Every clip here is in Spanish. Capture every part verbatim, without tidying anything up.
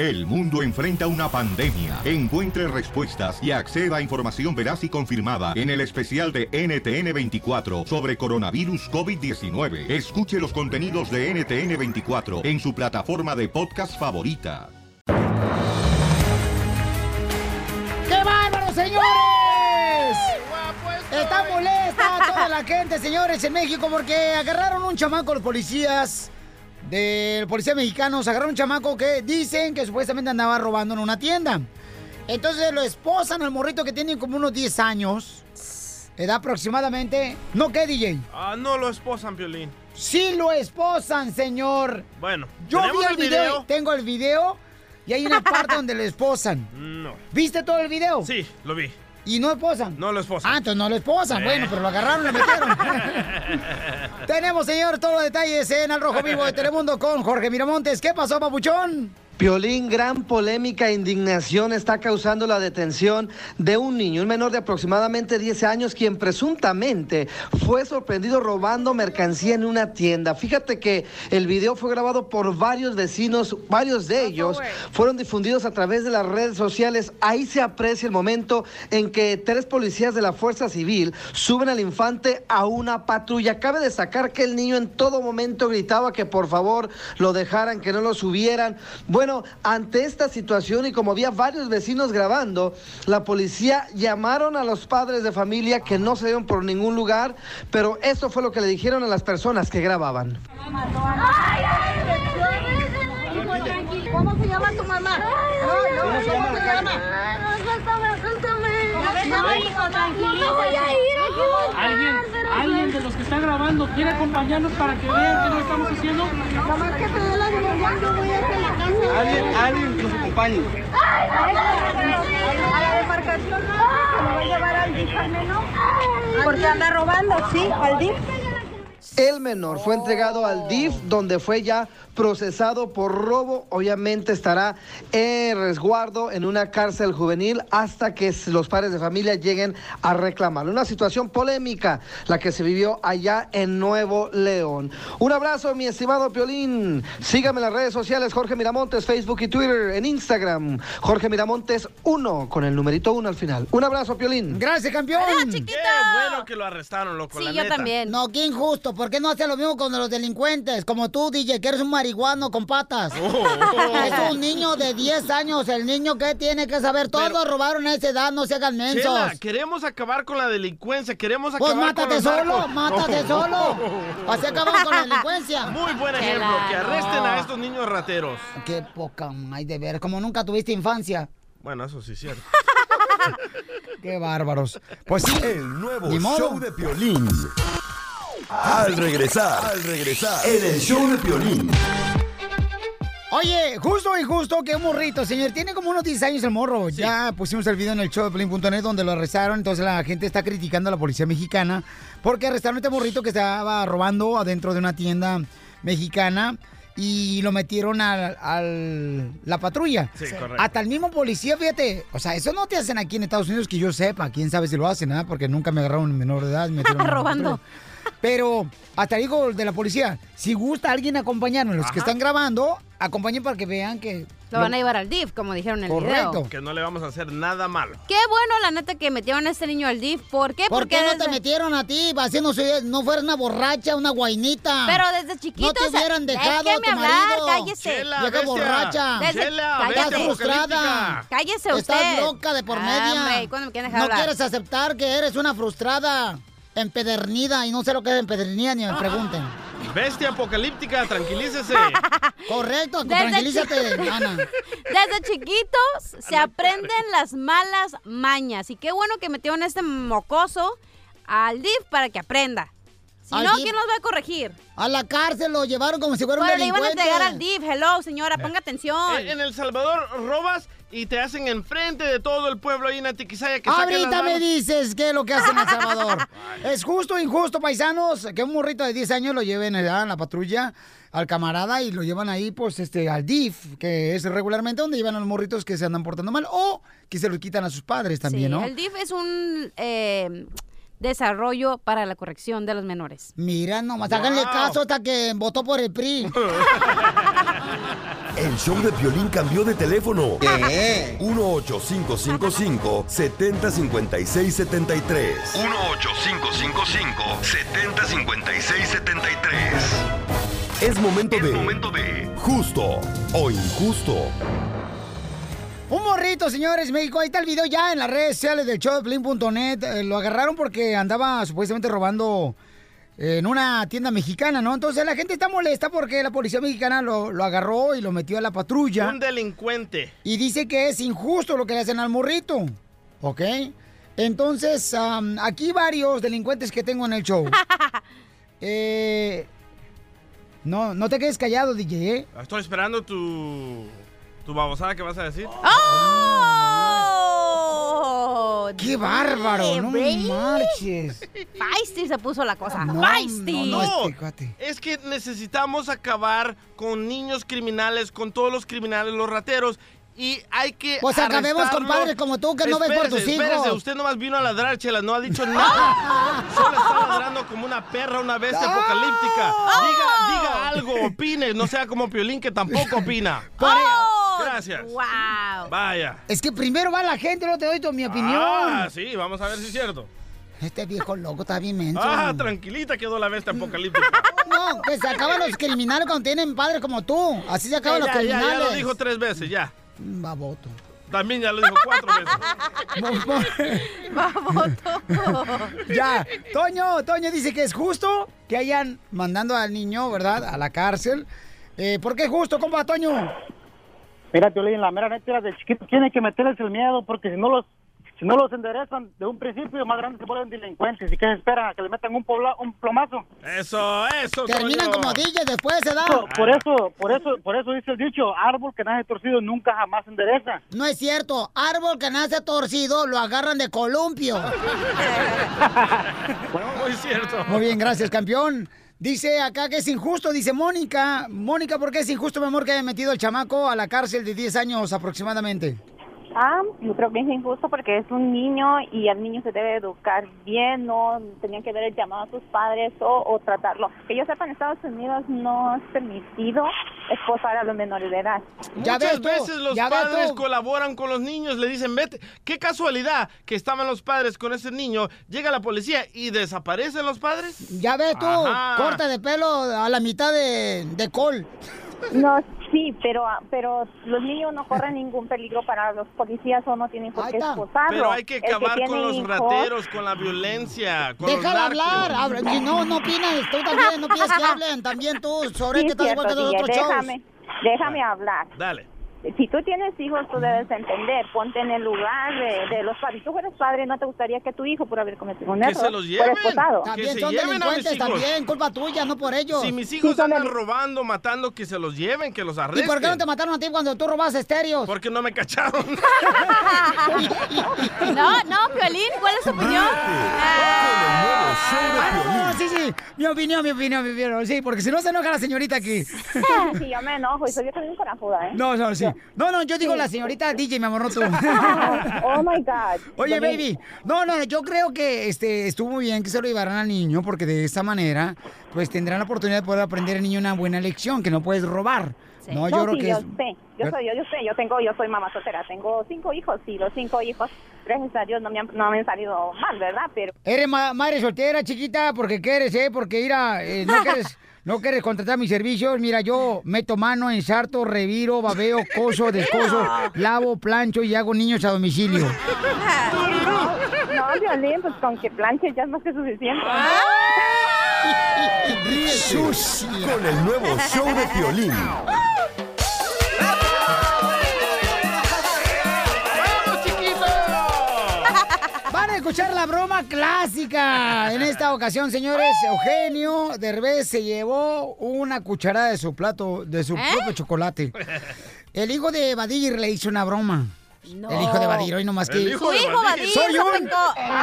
El mundo enfrenta una pandemia. Encuentre respuestas y acceda a información veraz y confirmada en el especial de N T N veinticuatro sobre coronavirus COVID diecinueve. Escuche los contenidos de N T N veinticuatro en su plataforma de podcast favorita. ¡Qué bárbaro, señores! Está molesta toda la gente, señores, en México porque agarraron un chamaco los policías del policía mexicano. Se agarraron un chamaco que dicen que supuestamente andaba robando en una tienda. Entonces lo esposan al morrito que tiene como unos diez años, edad aproximadamente. ¿No qué, D J? Ah, no lo esposan, Piolín. Sí lo esposan, señor. Bueno, yo vi el, el video, video. Tengo el video y hay una parte donde le esposan. No. ¿Viste todo el video? Sí, lo vi. ¿Y no esposan? No lo esposan. Ah, entonces no lo esposan. Eh. Bueno, pero lo agarraron y lo metieron. Tenemos, señor, todos los detalles en Al Rojo Vivo de Telemundo con Jorge Miramontes. ¿Qué pasó, papuchón? Piolín, gran polémica e indignación está causando la detención de un niño, un menor de aproximadamente diez años, quien presuntamente fue sorprendido robando mercancía en una tienda. Fíjate que el video fue grabado por varios vecinos, varios de ellos fueron difundidos a través de las redes sociales. Ahí se aprecia el momento en que tres policías de la Fuerza Civil suben al infante a una patrulla. Cabe destacar que el niño en todo momento gritaba que por favor lo dejaran, que no lo subieran. Bueno, ante esta situación y como había varios vecinos grabando, la policía llamaron a los padres de familia que no se dieron por ningún lugar, pero esto fue lo que le dijeron a las personas que grababan. ¿Cómo se llama tu mamá? No, no, ¿cómo se llama? No voy a ir. ¿Alguien, alguien de los que está grabando quiere acompañarnos para que vean qué nos estamos haciendo? Nomás que te dé la dirección, yo voy a ir a la casa. Alguien, alguien que nos acompañe. A la demarcación, que me va a llevar al D I F al menor. Porque anda robando, sí, al D I F. El menor fue entregado al D I F, donde fue ya procesado por robo. Obviamente estará en resguardo en una cárcel juvenil hasta que los padres de familia lleguen a reclamarlo. Una situación polémica la que se vivió allá en Nuevo León. Un abrazo, mi estimado Piolín. Sígame en las redes sociales, Jorge Miramontes, Facebook y Twitter. En Instagram, Jorge Miramontes uno, con el numerito uno al final. Un abrazo, Piolín. Gracias, campeón. Qué bueno que lo arrestaron, loco, Sí, la yo neta. también. No, qué injusto. ¿Por qué no hace lo mismo con los delincuentes? Como tú, D J, que eres un marihuano con patas. Oh, oh, oh. Es un niño de diez años. El niño que tiene que saber. Todos Pero- robaron a esa edad. No se hagan mensos. Chela, queremos acabar con la delincuencia, queremos Pues acabar mátate con los solo, narcos. mátate No. solo. Así acabamos con la delincuencia. Muy buen ejemplo, que arresten a estos niños rateros. Qué poca hay de ver. Como nunca tuviste infancia. Bueno, eso sí es cierto. Qué bárbaros. Pues sí. El nuevo Ni modo. show de Piolín. Al regresar, al regresar, en el show de Piolín. Oye, justo y justo que un morrito, señor, tiene como unos diez años el morro. Sí. Ya pusimos el video en el show de Piolín punto net donde lo arrestaron. Entonces la gente está criticando a la policía mexicana porque arrestaron a este morrito que estaba robando adentro de una tienda mexicana y lo metieron a, a la patrulla. Sí, correcto. Hasta el mismo policía, fíjate, o sea, eso no te hacen aquí en Estados Unidos que yo sepa. Quién sabe si lo hacen, ¿eh? Porque nunca me agarraron en menor de edad. Me metieron a la Robando. patrulla. Pero hasta digo de la policía, si gusta alguien acompañarnos, los Ajá. que están grabando, acompañen para que vean que... Lo van a llevar al D I F, como dijeron en el Correcto. video. Que no le vamos a hacer nada malo. Qué bueno, la neta, que metieron a este niño al D I F. ¿Por qué? ¿Por Porque qué no desde- te metieron a ti? Haciendo no fueras una borracha, una guainita. Pero desde chiquito... No te o sea, hubieran dejado a déjeme tu hablar, marido. cállese. Chela, Vieja bestia. borracha. Desde- Chela, cállate. bestia Estás frustrada. apocalíptica. Cállese usted. Estás loca de por Ah, media. hombre, ¿cuándo me quieren dejar no hablar? quieres aceptar que eres una frustrada, empedernida, y no sé lo que es empedernida, ni me pregunten. Bestia apocalíptica, tranquilícese. Correcto, Desde tranquilízate, Ana. Desde chiquitos se aprenden las malas mañas. Y qué bueno que metieron a este mocoso al D I F para que aprenda. Si ¿Al no, D I F? ¿quién los va a corregir? A la cárcel lo llevaron como si fuera un Bueno, le iban a delincuente. entregar al D I F. Hello, señora, ponga atención. En, en El Salvador robas y te hacen enfrente de todo el pueblo ahí en Atiquizaya que saquen las Ahorita me manos. dices qué es lo que hacen en El Salvador. Es justo o injusto, paisanos, que un morrito de diez años lo lleven allá en la patrulla al camarada y lo llevan ahí, pues, este, al D I F, que es regularmente donde llevan a los morritos que se andan portando mal o que se los quitan a sus padres también, Sí, ¿no? el D I F es un... eh, Desarrollo para la Corrección de los Menores. Mira, nomás háganle caso hasta que votó por el P R I. El show de Piolín cambió de teléfono. ¿Qué? uno ocho cinco cinco cinco, siete cero cinco seis siete tres. uno ocho cinco cinco cinco, siete cero cinco seis siete tres. Es momento de... Es momento de... Justo o injusto. Un morrito, señores, México. Ahí está el video ya en las redes sociales del show de Piolín punto net. Eh, lo agarraron porque andaba supuestamente robando en una tienda mexicana, ¿no? Entonces la gente está molesta porque la policía mexicana lo, lo agarró y lo metió a la patrulla. Un delincuente. Y dice que es injusto lo que le hacen al morrito, ¿ok? Entonces, um, aquí varios delincuentes que tengo en el show. eh, no, no te quedes callado, D J, ¿eh? Estoy esperando tu... ¿Tu babosada qué vas a decir? ¡Oh! ¡Qué bárbaro! ¡No me marches! Feisty se puso la cosa. No, ¡Feisty! no, No, este cuate. es que necesitamos acabar con niños criminales, con todos los criminales, los rateros. Y hay que Pues acabemos con arrestarlo. padres como tú que no ves por tus Espérese, hijos. usted nomás vino a ladrar, Chela, no ha dicho nada. Solo está ladrando como una perra, una bestia apocalíptica. Diga, diga algo, opine, no sea como Piolín que tampoco opina. ¡Oh! Gracias. ¡Wow! Vaya. Es que primero va la gente, no te doy tu mi opinión. Ah, sí, vamos a ver si es cierto. Este viejo loco está bien menso. Ah, tranquilita quedó la bestia apocalíptica. No, que se acaban los criminales cuando tienen padres como tú. Así se acaban ya, los ya, criminales. ya lo dijo tres veces, ya. Baboto. También ya lo dijo cuatro veces. Baboto. Ya, Toño, Toño dice que es justo que hayan mandando al niño, ¿verdad?, a la cárcel. Eh, ¿Por qué es justo, compa, Toño? Mira, Piolín, la mera neta de chiquito tiene que meterles el miedo porque si no los si no los enderezan de un principio, más grandes se vuelven delincuentes. ¿Y qué se esperan? ¿A que le metan un, pobla, un plomazo? Eso, eso, Terminan Toño. como D J después, se da. Por, por eso, por eso, por eso dice el dicho, árbol que nace torcido nunca jamás endereza. No es cierto. Árbol que nace torcido lo agarran de columpio. Muy cierto. Muy bien, gracias, campeón. Dice acá que es injusto, dice Mónica. Mónica, ¿por qué es injusto, mi amor, que haya metido al chamaco a la cárcel de diez años aproximadamente? Ah, yo creo que es injusto porque es un niño y al niño se debe educar bien, no tenían que haber el llamado a sus padres o, o tratarlo. Que yo sepa, en Estados Unidos no es permitido esposar a los menores de edad. Ya Muchas ves tú, veces los ya ves padres tú. colaboran con los niños, le dicen, vete. Qué casualidad que estaban los padres con ese niño, llega la policía y desaparecen los padres. Ya ves tú, Ajá. corta de pelo a la mitad de, de col. No, sí, pero pero los niños no corren ningún peligro para los policías o no tienen por Ahí qué está. esposarlo. Pero hay que El que acabar tiene con los hijos- rateros, con la violencia, con Déjala los narcos. hablar. habla- Si no, no opinas. Tú también, no pides que hablen. También tú, sobre Sí, que estás igual que cierto, los D J, otros shows. déjame, déjame hablar. Dale. Si tú tienes hijos, tú debes entender, ponte en el lugar de, de los padres. Si tú eres padre, no te gustaría que tu hijo, por haber cometido un Que error, se los fuera lleven. esposado. Que También se son lleven a mis delincuentes, hijos. también. Culpa tuya, no por ellos. Si mis hijos Sí, son andan el- robando, matando, que se los lleven, que los ¿Y arresten. por qué no te mataron a ti cuando tú robas estéreos? Porque no me cacharon. No, no, Piolín, ¿cuál es tu opinión? Nuevo show de Ah, no, Piolín. no, sí, sí. Mi opinión, mi opinión, mi opinión. Sí, porque si no se enoja la señorita aquí. Sí, yo me enojo y soy yo también corajuda, ¿eh? No, no, sí. No, no, yo digo la señorita D J, mi amor, no tú. Oh, my God. Oye, Piolín. baby, no, no, yo creo que este estuvo muy bien que se lo llevaran al niño porque de esta manera, pues tendrán la oportunidad de poder aprender el niño una buena lección, que no puedes robar. Sí. No, yo No, creo sí, que yo es... sé, yo soy, yo, yo sé, yo tengo, yo soy mamá soltera, tengo cinco hijos y los cinco hijos, gracias a Dios, no me han, no me han salido mal, ¿verdad? Pero Eres ma- madre soltera, chiquita, porque quieres, ¿eh? Porque, mira, eh, no quieres... No quieres contratar mis servicios, mira, yo meto mano, ensarto, reviro, babeo, coso, descoso, lavo, plancho y hago niños a domicilio. no, Violín, pues con que planches ya es más que suficiente. Ríete con el nuevo show de Piolín. ¡Vamos, chiquito! Van a escuchar la broma clásica. En esta ocasión, señores, Eugenio Derbez se llevó una cucharada de su plato, de su ¿Eh? propio chocolate. El hijo de Badir le hizo una broma. No. El hijo de Badir, hoy nomás que... El hijo Su de hijo Badir. Badir ¡Soy se un afectó.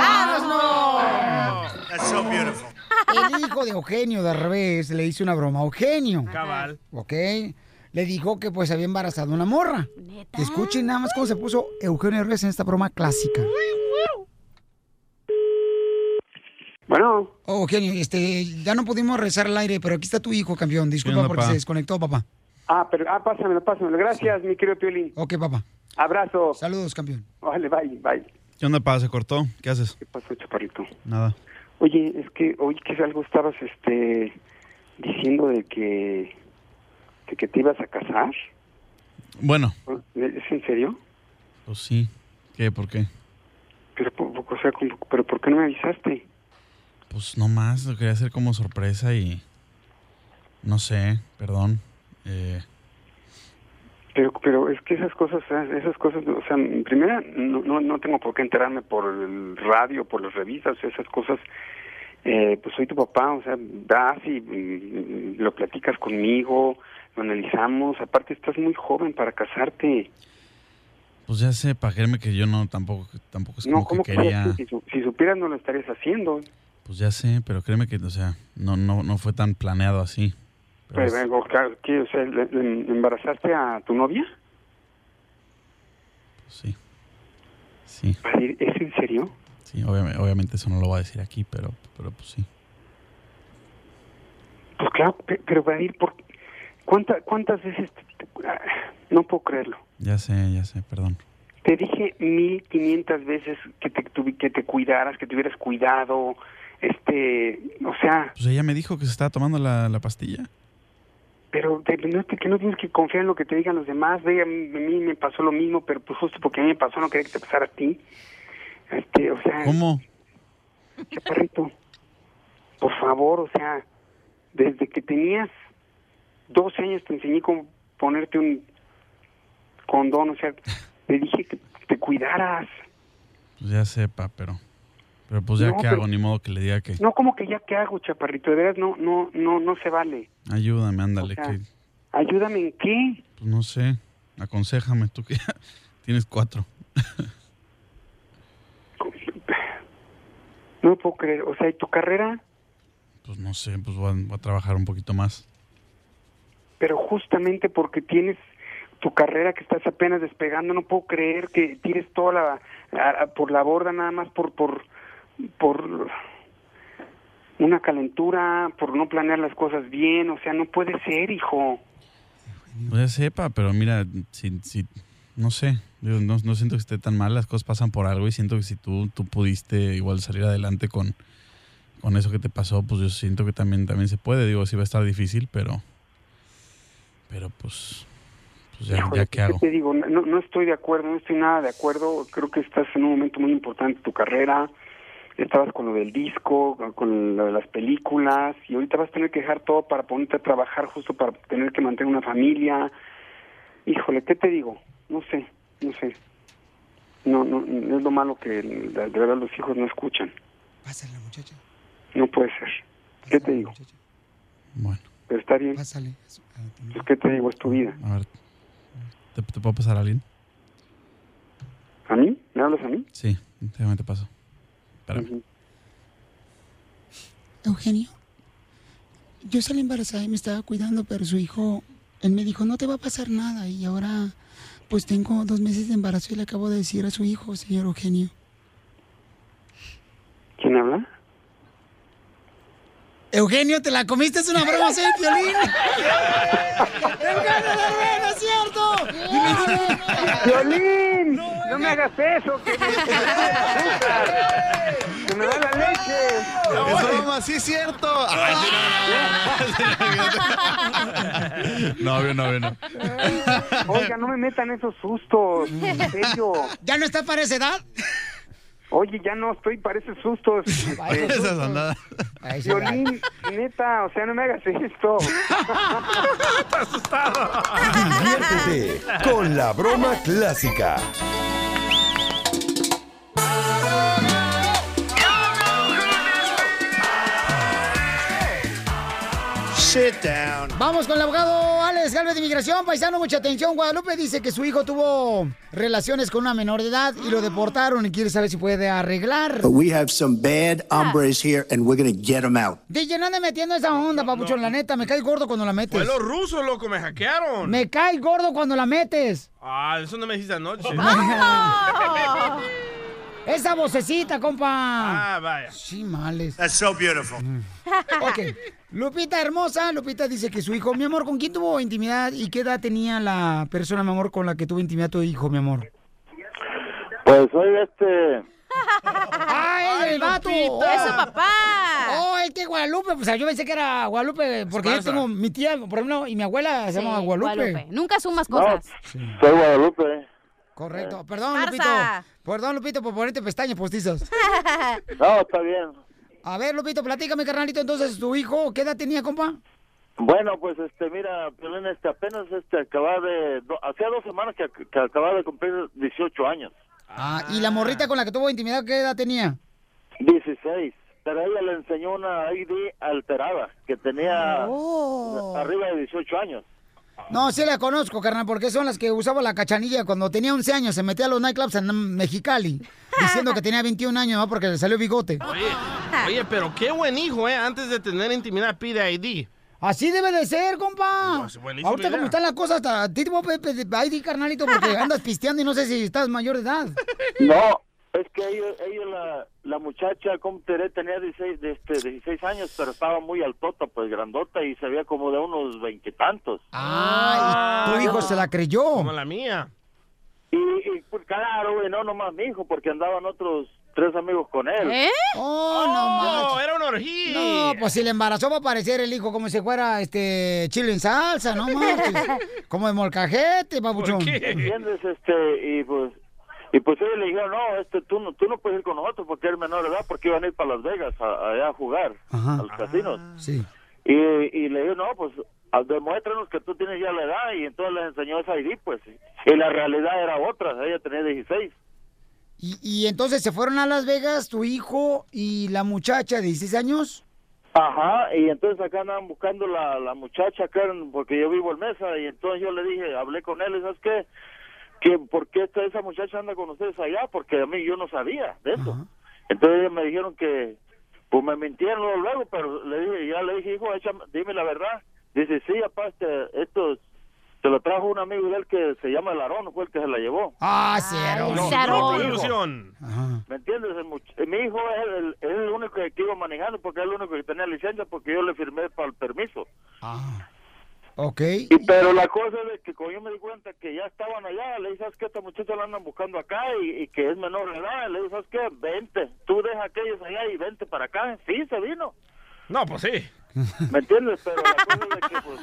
¡Ah, That's so beautiful. El hijo de Eugenio Derbez le hizo una broma a Eugenio. Cabal. ¿Ok? Le dijo que pues había embarazado una morra. ¿Neta? Escuchen nada más cómo se puso Eugenio Derbez en esta broma clásica. Oh, Eugenio, este, ya no pudimos rezar al aire, pero aquí está tu hijo, campeón. Disculpa porque se desconectó, papá. Ah, pero, ah, pásamelo, pásamelo. Gracias, mi querido Piolín. Ok, papá. Abrazo. Saludos, campeón. Vale, bye, bye. ¿Qué onda, pa? ¿Se cortó? ¿Qué haces? ¿Qué pasó, chaparrito? Nada. Oye, es que, oye, que algo estabas, este, diciendo de que, de que te ibas a casar. Bueno. ¿Es en serio? Pues sí. ¿Qué? ¿Por qué? Pero, o sea, como- pero ¿por qué no me avisaste? Pues no más, lo quería hacer como sorpresa y... No sé, perdón. Eh, Pero, pero es que esas cosas, esas cosas, o sea, en primera, no, no, no tengo por qué enterarme por el radio, por las revistas, esas cosas. Eh, pues soy tu papá, o sea, vas y, y lo platicas conmigo, lo analizamos. Aparte, estás muy joven para casarte. pues ya sé, para creerme que yo no, tampoco, tampoco es como No, ¿cómo que que quería... si, su- si supieras no lo estarías haciendo? Pues ya sé, pero créeme que, o sea, no, no, no fue tan planeado así. Pero Pero, es- vengo, claro, ¿qué? O sea, ¿le- le- ¿embarazaste a tu novia? sí. Sí, ¿Es en serio? sí, obviamente, obviamente eso no lo voy a decir aquí, pero, pero pues sí. Pues claro, pe- pero Vadir, ¿por cuánta, ¿cuántas veces? te- te- ah, no puedo creerlo. Ya sé, ya sé, perdón. Te dije mil quinientas veces que te, tuvi- que te cuidaras, que tuvieras cuidado, este, o sea, Pues ella me dijo que se estaba tomando la, la pastilla. pero te- no, te- que no tienes que confiar en lo que te digan los demás. Ve, a mí, a mí me pasó lo mismo, pero pues justo porque a mí me pasó, no quería que te pasara a ti. Este, o sea, ¿Cómo? chaparrito, por favor, o sea, desde que tenías doce años te enseñé cómo ponerte un condón, o sea, te dije que te cuidaras. Pues ya sepa, pero... Pero pues ya No, qué pero- hago, ni modo que le diga que... No, como que ya qué hago, chaparrito, de veras no, no, no, no se vale. Ayúdame, ándale, O sea, que... Ayúdame en qué. Pues no sé, aconséjame, tú que ya tienes cuatro. No puedo creer, o sea, ¿y tu carrera? Pues no sé, pues voy a, voy a trabajar un poquito más. Pero justamente porque tienes tu carrera que estás apenas despegando, no puedo creer que tires toda la a- a- por la borda nada más por por por una calentura, por no planear las cosas bien, o sea, no puede ser, hijo. Pues ya sepa, pero mira, si, si no sé, digo, no, no siento que esté tan mal, las cosas pasan por algo y siento que si tú, tú pudiste igual salir adelante con, con eso que te pasó, pues yo siento que también, también se puede, digo, sí va a estar difícil, pero, pero pues, pues ya, Híjole, ya qué hago. te digo, no, no estoy de acuerdo, no estoy nada de acuerdo. Creo que estás en un momento muy importante de tu carrera. Estabas con lo del disco, con lo de las películas, y ahorita vas a tener que dejar todo para ponerte a trabajar justo para tener que mantener una familia. Híjole, ¿qué te digo? No sé, no sé. No, no, no es lo malo que de verdad los hijos no escuchan. Pásale, muchacha. No puede ser. ¿Qué te digo? Bueno. Pero está bien. Pásale. Pues, ¿qué te digo? Es tu vida. A ver, ¿te, te puedo pasar a alguien? ¿A mí? ¿Me hablas a mí? Sí, déjame te paso. Espérame. Eugenio, yo salí embarazada y me estaba cuidando, pero su hijo, él me dijo, no te va a pasar nada. Y ahora, pues tengo dos meses de embarazo y le acabo de decir a su hijo, señor Eugenio. ¿Quién habla? Eugenio, ¿te la comiste? Es una broma, soy el Piolín. ¡Eugenio Derbez, es cierto! Dime, dime. ¡Piolín! No, me hagas eso, que me, que me da la leche. Es broma, sí es cierto. Ay, sí, no, no, no, no, no. Oiga, no me metan esos sustos, en serio. ¿Ya no está para esa edad? Oye, ya no estoy para esos sustos. Esas andadas. Piolín, neta, o sea, no me hagas esto. Está asustado. Diviértete con la broma clásica. Sit down. Vamos con el abogado Alex Galvez de Inmigración. Paisano, mucha atención. Guadalupe dice que su hijo tuvo relaciones con una menor de edad y lo deportaron y quiere saber si puede arreglar. But we have some bad hombres here, and we're going to get them out. D J, no ande metiendo esa onda, papuchón. La neta, me cae gordo cuando la metes. Fue los rusos, loco, me hackearon. Me cae gordo cuando la metes. Ah, eso no me dijiste anoche. Esa vocecita, compa. Ah, vaya. Sí, males. That's so beautiful. Ok. Lupita hermosa, Lupita dice que su hijo, mi amor, ¿con quién tuvo intimidad y qué edad tenía la persona, mi amor, con la que tuvo intimidad tu hijo, mi amor? Pues soy este... ¡Ah, es el vato! Lupita. ¡Es su papá! ¡Oh, el que es Guadalupe! Pues yo pensé que era Guadalupe, porque yo tengo mi tía, por ejemplo, y mi abuela se Sí, llama Guadalupe. Guadalupe. Nunca sumas cosas. No, soy Guadalupe. Correcto. Perdón, Farsa. Lupito. Perdón, Lupito, por ponerte pestañas postizas. No, está bien. A ver, Lupito, platícame, carnalito, entonces, ¿tu hijo qué edad tenía, compa? Bueno, pues este, mira, Piolín, este, apenas este, acababa de... do- hacía dos semanas que, ac- que acababa de cumplir dieciocho años. Ah, ¿y la morrita con la que tuvo intimidad qué edad tenía? dieciséis. Pero ella le enseñó una I D alterada, que tenía Oh. arriba de dieciocho años. No, sí la conozco, carnal, porque son las que usaba la Cachanilla cuando tenía once años, se metía a los nightclubs en Mexicali, diciendo que tenía veintiún años, ¿no? Porque le salió bigote. Oye, oye, pero qué buen hijo, ¿eh? Antes de tener intimidad pide I D. Así debe de ser, compa. No, es buenísima Ahorita idea. como están las cosas, hasta a ti te voy a pedir I D, carnalito, porque andas pisteando y no sé si estás mayor de edad. No, es que ella, ella la, la muchacha, como te diré, tenía dieciséis, de este, dieciséis años, pero estaba muy altota, pues grandota, y se veía como de unos veintitantos. Ay, tu hijo se la creyó. Como la mía. Y, y pues claro, güey, no nomás mi hijo, porque andaban otros tres amigos con él. ¿Eh? Oh, no manches. era una orgía. No, pues si le embarazó va a parecer el hijo como si fuera este chile en salsa, no manches. Como de molcajete, papuchón. ¿Entiendes? Este, y pues, y pues ellos le dijeron, no, este, tú no, tú no puedes ir con nosotros porque eres menor de edad, porque iban a ir para Las Vegas a, allá a jugar, Ajá. a los casinos. Sí. Y, y le dijo, no, pues, a- demuéstranos que tú tienes ya la edad, y entonces les enseñó esa I D, pues, y la realidad era otra, ella tenía dieciséis. Y, y entonces se fueron a Las Vegas, tu hijo y la muchacha de dieciséis años. Ajá, y entonces acá andaban buscando la, la muchacha acá, en- porque yo vivo en Mesa, y entonces yo le dije, hablé con él, y ¿sabes qué? Que ¿por qué esta, esa muchacha anda con ustedes allá? Porque a mí yo no sabía de eso. Entonces ellos me dijeron que, pues me mintieron luego, luego, pero le dije, ya le dije, hijo, échame, dime la verdad. Dice, sí, papá, este, esto se lo trajo un amigo de él que se llama el Aarón, fue el que se la llevó. Ah, cero. No, No, no, ilusión. ¿me entiendes? El much- mi hijo es el, es el único que iba manejando porque es el único que tenía licencia porque yo le firmé para el permiso. Ok. Y pero la cosa es de que cuando yo me di cuenta que ya estaban allá, le dije, ¿sabes qué? Esta muchacha la andan buscando acá y, y que es menor de edad. Le dije, ¿sabes qué? Vente, tú deja a aquellos allá y vente para acá. Sí, se vino. No, pues sí. ¿Me entiendes? Pero la cosa es de que, pues,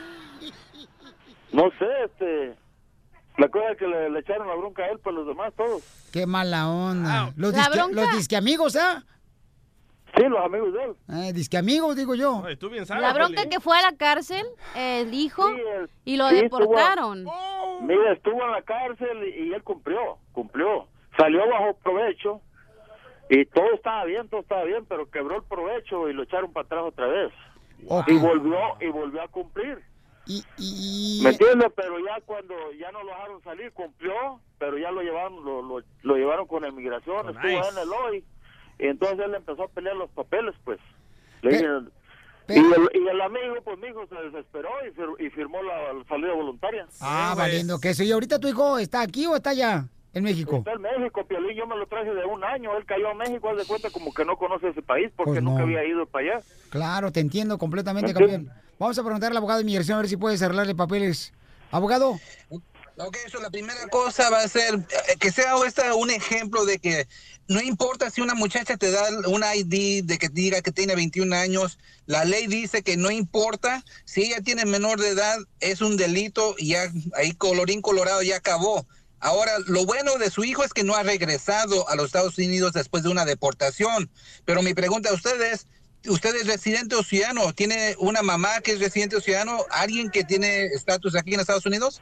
no sé, este... La cosa es que le, le echaron la bronca a él, pues los demás todos. Qué mala onda. Los La disque, bronca- los disque amigos, ¿ah? Sí, los amigos de él. Eh, disque amigos, digo yo. tú bien La bronca que fue a la cárcel, el hijo, y lo sí, deportaron. Mira, estuvo en la cárcel y, y él cumplió, cumplió. Salió bajo provecho y todo estaba bien, todo estaba bien, pero quebró el provecho y lo echaron para atrás otra vez. Ok. Y volvió y volvió a cumplir. Y, y- ¿Me entiendes? Pero ya cuando ya no lo dejaron salir, cumplió, pero ya lo llevaron lo, lo, lo llevaron con emigración, estuvo nice. en el hoy. Y entonces él empezó a pelear los papeles, pues. Le dije, Pero- y, el, y el amigo, pues mi hijo se desesperó y, fir- y firmó la, la salida voluntaria. Ah, valiendo queso. ¿Y ahorita tu hijo está aquí o está allá en México? Está en México, Piolín, yo me lo traje de un año. Él cayó a México, haz de cuenta como que no conoce ese país porque Pues no. nunca había ido para allá. Claro, te entiendo completamente, ¿Me entiendes? campeón. Vamos a preguntarle al abogado de inmigración a ver si puedes arreglarle papeles. Abogado. Ok, eso la primera cosa va a ser eh, que sea esta un ejemplo de que no importa si una muchacha te da una I D de que diga que tiene veintiún años, la ley dice que no importa, si ella tiene menor de edad es un delito y ya ahí colorín colorado ya acabó. Ahora, lo bueno de su hijo es que no ha regresado a los Estados Unidos después de una deportación, pero mi pregunta a ustedes, ¿usted es residente o ciudadano? ¿Tiene una mamá que es residente o ciudadano? ¿Alguien que tiene estatus aquí en Estados Unidos?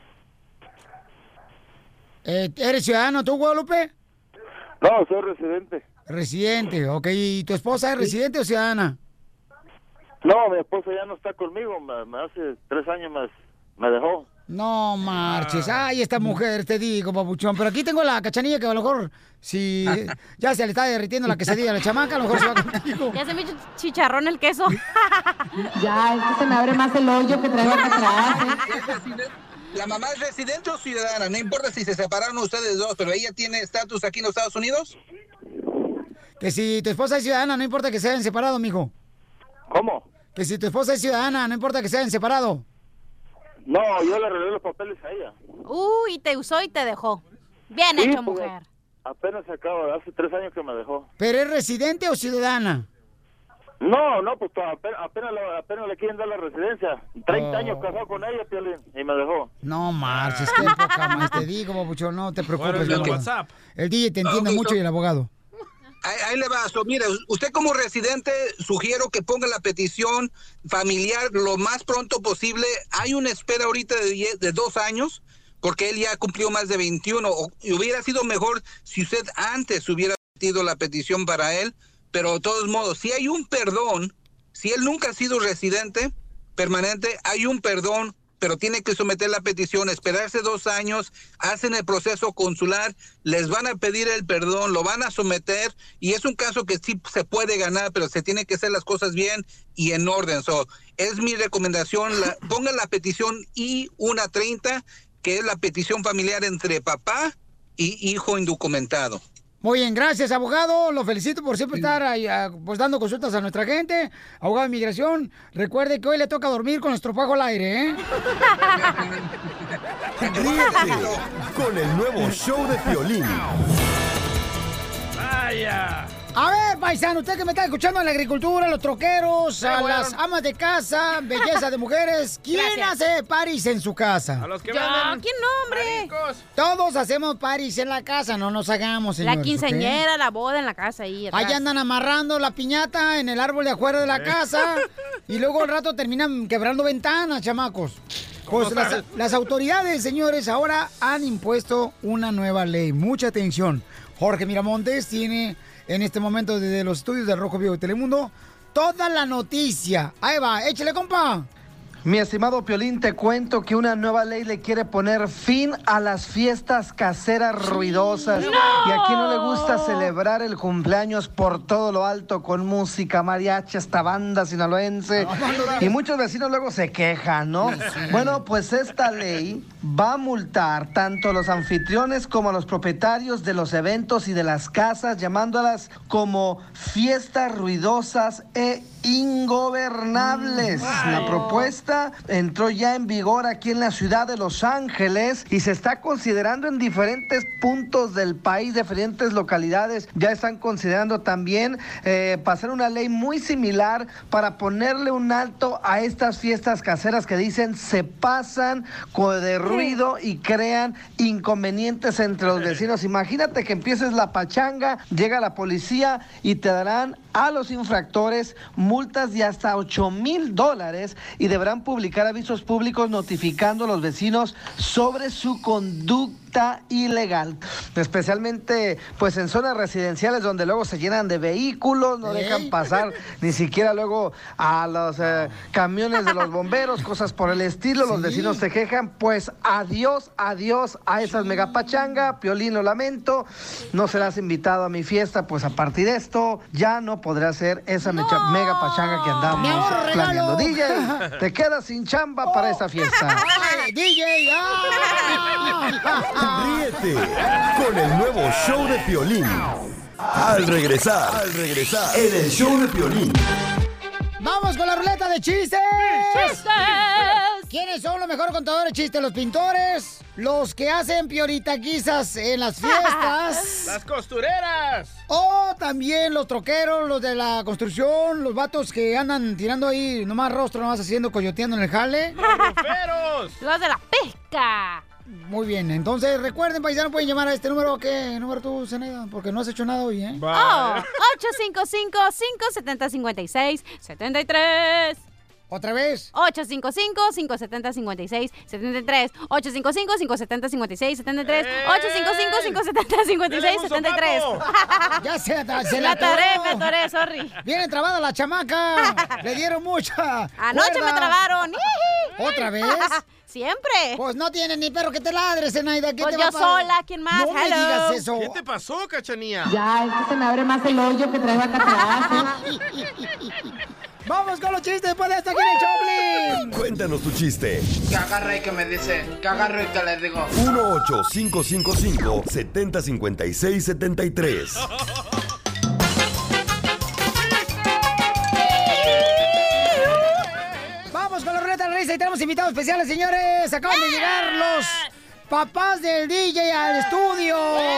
Eh, ¿Eres ciudadano tú, Guadalupe? No, soy residente. Residente, ok. ¿Y tu esposa es residente o ciudadana? No, mi esposa ya no está conmigo, me, me hace tres años me, me dejó. No marches. Ay, esta mujer, te digo, papuchón. Pero aquí tengo la Cachanilla que a lo mejor, si ya se le está derritiendo la quesadilla a la chamaca, a lo mejor se va contigo. Ya se me hizo chicharrón el queso. Ya, es que se me abre más el hoyo que traigo acá atrás. ¿La mamá es residente o ciudadana? No importa si se separaron ustedes dos, pero ella tiene estatus aquí en los Estados Unidos. Que si tu esposa es ciudadana, no importa que se hayan separado, mijo. ¿Cómo? Que si tu esposa es ciudadana, no importa que se hayan separado. No, yo le arreglé los papeles a ella. Uy, te usó y te dejó. Bien Sí, hecho, pues, mujer. Apenas se acaba, hace tres años que me dejó. ¿Pero es residente o ciudadana? No, no, pues apenas, apenas, le- apenas le quieren dar la residencia. treinta Oh. años casado con ella, Piolín, y me dejó. No marches, qué poca más te digo, papuchón, no te preocupes. Bueno, el mi amor. WhatsApp. El D J te entiende Ok, mucho so- y el abogado. Ahí, ahí le va. So, mire, usted como residente, sugiero que ponga la petición familiar lo más pronto posible. Hay una espera ahorita de, die- de dos años, porque él ya cumplió más de veintiuno. O- y hubiera sido mejor si usted antes hubiera metido la petición para él, pero de todos modos, si hay un perdón, si él nunca ha sido residente permanente, hay un perdón, pero tiene que someter la petición, esperarse dos años, hacen el proceso consular, les van a pedir el perdón, lo van a someter, y es un caso que sí se puede ganar, pero se tiene que hacer las cosas bien y en orden. So, es mi recomendación, la, pongan la petición I ciento treinta, que es la petición familiar entre papá y hijo indocumentado. Muy bien, gracias, abogado. Lo felicito por siempre estar ahí, ah, pues, dando consultas a nuestra gente. Abogado de inmigración, recuerde que hoy le toca dormir con nuestro pajo al aire, ¿eh? Ríete con el nuevo show de Piolín. ¡Vaya! A ver, paisano, usted que me está escuchando en la agricultura, los troqueros, a bueno. las amas de casa, belleza de mujeres, ¿quién Gracias. hace paris en su casa? A los que Yo, venden ¿quién no, hombre? mariscos. Todos hacemos paris en la casa, no nos hagamos, señores. La ¿ok? quinceañera, la boda en la casa ahí atrás. Ahí andan amarrando la piñata en el árbol de afuera de la casa y luego al rato terminan quebrando ventanas, chamacos. Pues ¿Cómo las, sabes? las autoridades, señores, ahora han impuesto una nueva ley. Mucha atención. Jorge Miramontes tiene en este momento desde los estudios de Rojo Vivo de Telemundo toda la noticia. Ahí va, échale, compa. Mi estimado Piolín, te cuento que una nueva ley le quiere poner fin a las fiestas caseras ruidosas. Y a quien no le gusta celebrar el cumpleaños por todo lo alto con música, mariachi, esta banda sinaloense. Y muchos vecinos luego se quejan, ¿no? Bueno, pues esta ley va a multar tanto a los anfitriones como a los propietarios de los eventos y de las casas, llamándolas como fiestas ruidosas e ingobernables. La propuesta entró ya en vigor aquí en la ciudad de Los Ángeles y se está considerando en diferentes puntos del país, diferentes localidades. Ya están considerando también eh, pasar una ley muy similar para ponerle un alto a estas fiestas caseras que dicen se pasan co- de ruido y crean inconvenientes entre los vecinos. Imagínate que empieces la pachanga, llega la policía y te darán a los infractores multas de hasta ocho mil dólares y deberán publicar avisos públicos notificando a los vecinos sobre su conducta ilegal, especialmente pues en zonas residenciales donde luego se llenan de vehículos, no ¿Eh? dejan pasar ni siquiera luego a los eh, camiones de los bomberos, cosas por el estilo. Los Sí. vecinos se quejan, pues adiós, adiós a esas megapachanga. Piolín, lo lamento, no serás invitado a mi fiesta, pues a partir de esto ya no podrá ser esa mecha- mega pachanga que andamos Mi amor, regalo. planeando. D J, te quedas sin chamba para esta fiesta. ¡Ay, D J! ¡Ah! Ríete con el nuevo show de Piolín. Al regresar, al regresar, en el show de Piolín. ¡Vamos con la ruleta de chistes! ¡Chistes! ¿Quiénes son los mejores contadores de chistes? ¿Los pintores? ¿Los que hacen pioritaquizas en las fiestas? ¡Las costureras! O también los troqueros, los de la construcción, los vatos que andan tirando ahí nomás rostro, nomás haciendo, coyoteando en el jale. ¡Los roferos! Los de la pesca. Muy bien, entonces recuerden, paisanos, pueden llamar a este número. ¿Qué número tú, Zenaida? Porque no has hecho nada hoy, ¿eh? Oh, ocho cinco cinco, cinco siete cero, cinco seis siete tres. ¿Otra vez? ocho cinco cinco, cinco siete cero, cinco seis siete tres. ocho cinco cinco, cinco siete cero, cinco seis siete tres. ocho cinco cinco, cinco siete cero, cinco seis siete tres. Ya se, se La la atoré, atoró. me atoré, sorry. Viene trabada la chamaca. Le dieron mucha. Anoche cuerda. me trabaron. ¿Otra vez? Siempre. Pues no tiene ni perro que te ladre, Zenaida. ¿Qué Pues te va yo a pa- sola, ¿quién más? No me Hello. digas eso. ¿Qué te pasó, Cachanía? Ya, es que se me abre más el hoyo que traigo acá atrás. Vamos con los chistes después de esto aquí en el Choplin. Cuéntanos tu chiste. Que agarre y que me dice, que agarro y que le digo. uno ocho cinco cinco cinco, siete cero cinco seis siete tres. invitados especiales, señores. Acaban de llegar los papás del D J al estudio.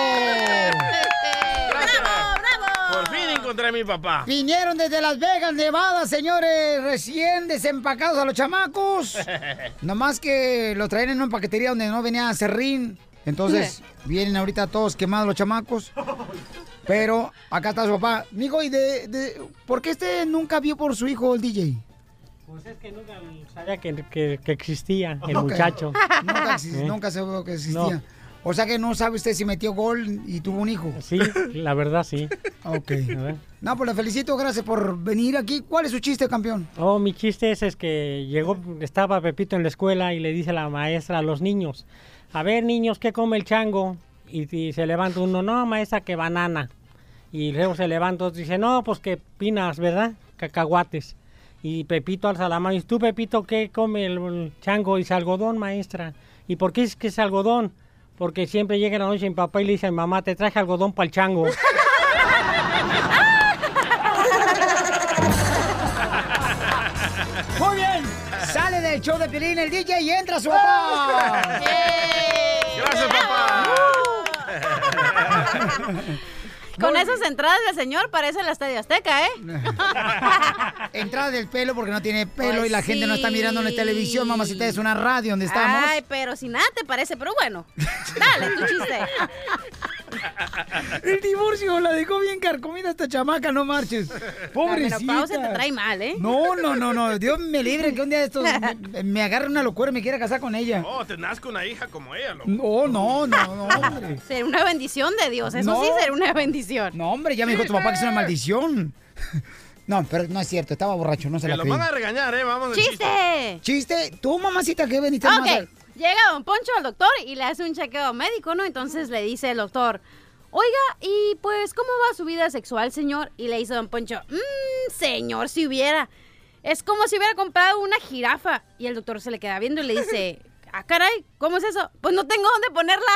¡Bravo, bravo! Por fin encontré a mi papá. Vinieron desde Las Vegas, Nevada, señores, recién desempacados a los chamacos. Nomás que lo traen en una paquetería donde no venía serrín. Entonces, vienen ahorita todos quemados los chamacos. Pero acá está su papá. Mijo, ¿y de, de por qué usted nunca vio por su hijo el D J? Pues es que nunca sabía que, que, que existía el Okay. muchacho. Nunca, exist- ¿Eh? nunca sabía que existía. No. O sea que no sabe usted si metió gol y tuvo un hijo. Sí, la verdad sí. Ok. No, pues le felicito, gracias por venir aquí. ¿Cuál es su chiste, campeón? Oh, mi chiste es, es que llegó, estaba Pepito en la escuela y le dice la maestra a los niños, a ver, niños, ¿qué come el chango? Y, y se levanta uno, no, maestra, que banana. Y luego se levanta otro y dice, no, pues que pinas, ¿verdad? Cacahuates. Y Pepito alza la mano y dice, tú, Pepito, ¿qué come el, el chango? Dice, algodón, maestra. ¿Y por qué es que es algodón? Porque siempre llega la noche mi papá y le dice a mi mamá, te traje algodón para el chango. Muy bien. Sale del show de Piolín el D J y entra su papá. Gracias, papá. Con esas entradas del señor parece el Estadio Azteca, ¿eh? Entrada del pelo porque no tiene pelo Pues y la gente no está mirando en la televisión, mamacita, es una radio donde estamos. Ay, pero sin nada te parece, pero bueno. Dale, tu chiste. El divorcio la dejó bien carcomida esta chamaca, no marches. Pobrecita. La menopausia te trae mal, ¿eh? No, no, no, no. Dios me libre que un día de estos me, me agarre una locura y me quiera casar con ella. Oh, te nazca una hija como ella, loco. No, no, no, no, hombre. Será una bendición de Dios, eso No. sí será una bendición. No, hombre, ya me dijo tu papá que es una maldición. No, pero no es cierto, estaba borracho, no se Que la lo creí. van a regañar, ¿eh? Vamos al ¡Chiste! ¿Chiste? ¿Tú, mamacita, qué veniste Ok, más a- llega don Poncho al doctor y le hace un chequeo médico, ¿no? Entonces le dice el doctor, oiga, y pues, ¿cómo va su vida sexual, señor? Y le dice don Poncho, mmm, señor, si hubiera, es como si hubiera comprado una jirafa. Y el doctor se le queda viendo y le dice, ah, caray, ¿cómo es eso? Pues no tengo dónde ponerla.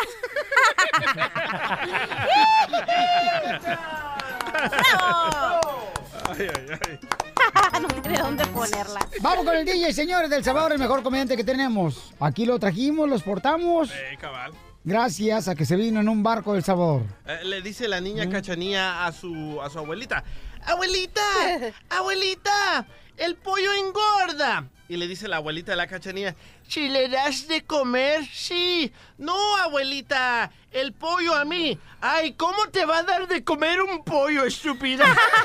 ¡Bravo! Ay, ay, ay. No tiene dónde ponerla. Vamos con el D J, señores del Salvador, el mejor comediante que tenemos. Aquí lo trajimos, lo exportamos. Eh, cabal. Gracias a que se vino en un barco del Salvador. Eh, le dice la niña Cachanía a su, a su abuelita, abuelita, abuelita, el pollo engorda. Y le dice la abuelita de la Cachanía, ¿si le das de comer? Sí. No, abuelita, el pollo a mí. Ay, ¿cómo te va a dar de comer un pollo, estúpida?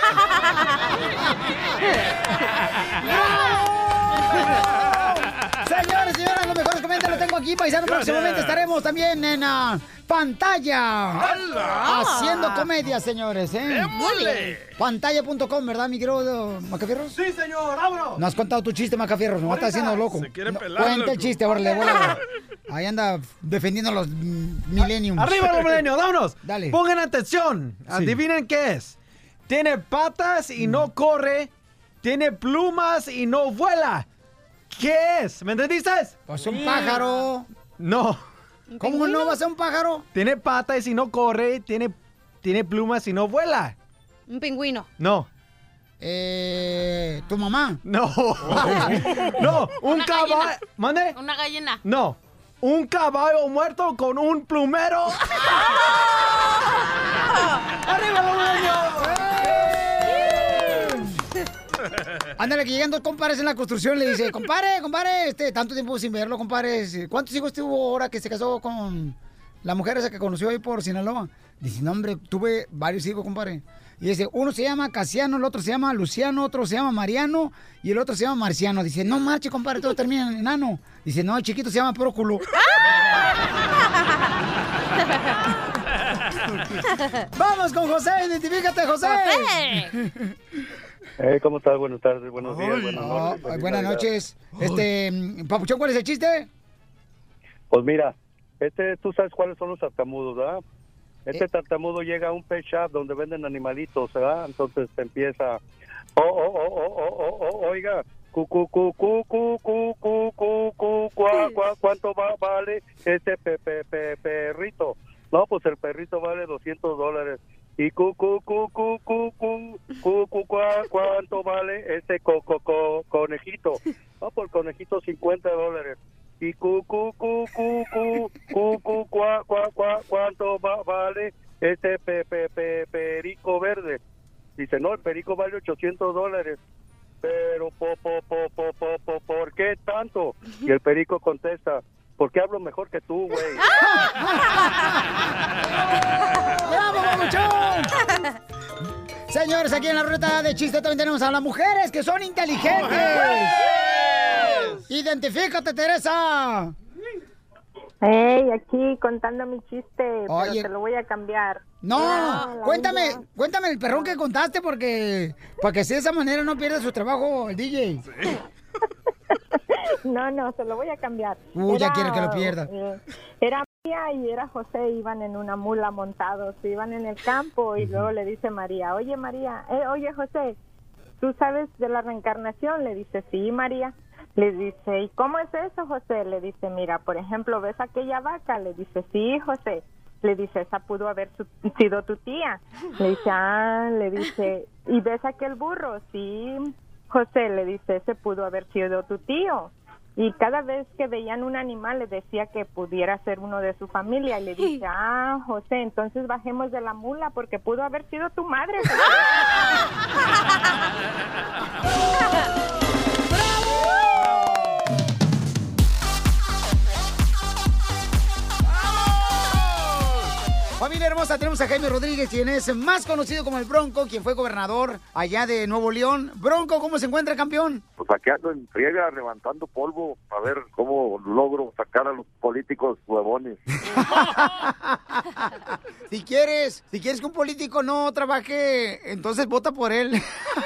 Señores, señoras, los mejores comentarios los tengo aquí, paisano. Gracias. Próximamente estaremos también en ah, pantalla. ¡Hala! Haciendo comedia, señores, ¿eh? ¡Démosle! Pantalla punto com, ¿verdad, mi querido Macafierros? Sí, señor, vámonos. No has contado tu chiste, Macafierros, no estás haciendo loco. Se quiere No, pelar, cuenta el loco. chiste, órale, órale. Ahí anda defendiendo a los mm, millenniums. Arriba los milenios, vámonos. Dale. Pongan atención. Adivinen qué es. Tiene patas y no corre. Tiene plumas y no vuela. ¿Qué es? ¿Me entendiste? Pues un pájaro. No. ¿Cómo no va a ser un pájaro? Tiene patas y no corre. Tiene, tiene plumas y no vuela. Un pingüino. No. Eh, ¿Tu mamá? No. No, un Una caballo. gallina. ¿Mande? Una gallina. No. Un caballo muerto con un plumero. ¡Arriba los milenios! Ándale, que llegan dos compadres en la construcción, le dice, compadre, compadre, este, tanto tiempo sin verlo, compadre, ¿cuántos hijos tuvo ahora que se casó con la mujer esa que conoció ahí por Sinaloa? Dice, no, hombre, tuve varios hijos, compadre. Y dice, uno se llama Casiano, el otro se llama Luciano, otro se llama Mariano y el otro se llama Marciano. Dice, no marche, compadre, todo termina en enano. Dice, no, el chiquito se llama Próculo. Vamos con José, identifícate, José. Eh, ¿Cómo estás? Buenas tardes, buenos días, buenas No, noches. ay, feliz buenas Navidad. noches. Este, Papuchón, ¿cuál es el chiste? Pues mira, este, tú sabes cuáles son los tartamudos, ¿verdad? Este Eh. tartamudo llega a un pet shop donde venden animalitos, ¿verdad? Entonces empieza, oh, oh, oh, oh, oh, oh, oh, oiga, cu, cu, cu, cu, cu, cu, cu, cu, cu, cua, cua, ¿cuánto va, vale este pe, pe, pe, perrito? No, pues el perrito vale doscientos dólares. Y cu, cu, cu, cu, cu, cu, cu, cu, cua- ¿cuánto vale ese co, co, co- conejito? Ah, por conejito cincuenta dólares. Y cu, cu, cu, cu, cu, cu, cu, cua, cua, cua- ¿cuánto va- vale ese pe, pe, pe- perico verde? Dice, no, el perico vale ochocientos dólares. Pero, po, po, po, po, po, po, ¿por qué tanto? Y el perico contesta, porque hablo mejor que tú, güey. ¡Bravo, babuchón! Señores, aquí en la ruta de chiste también tenemos a las mujeres que son inteligentes. ¡Identifícate, Teresa! Hey, aquí contando mi chiste, Oye. pero te lo voy a cambiar. No, Ah, la cuéntame, vida. cuéntame el perrón que contaste porque para que de esa manera no pierda su trabajo el D J. No, no, se lo voy a cambiar. Uh, ya quiere que lo pierda. eh, Era María y era José, iban en una mula montados, iban en el campo y luego le dice María, oye María, eh, oye José, ¿tú sabes de la reencarnación? Le dice, sí María. Le dice, ¿y cómo es eso, José? Le dice, mira, por ejemplo, ¿ves aquella vaca? Le dice, sí, José. Le dice, esa pudo haber su- sido tu tía. Le dice, ah, le dice, ¿y ves aquel burro? Sí, José. Le dice, ese pudo haber sido tu tío. Y cada vez que veían un animal le decía que pudiera ser uno de su familia. Y le dice, ah, José, entonces bajemos de la mula porque pudo haber sido tu madre, José. Familia hermosa, tenemos a Jaime Rodríguez, quien es más conocido como el Bronco, quien fue gobernador allá de Nuevo León. Bronco, ¿cómo se encuentra, campeón? Pues aquí ando en friega levantando polvo a ver cómo logro sacar a los políticos huevones. Si quieres, si quieres que un político no trabaje, entonces vota por él.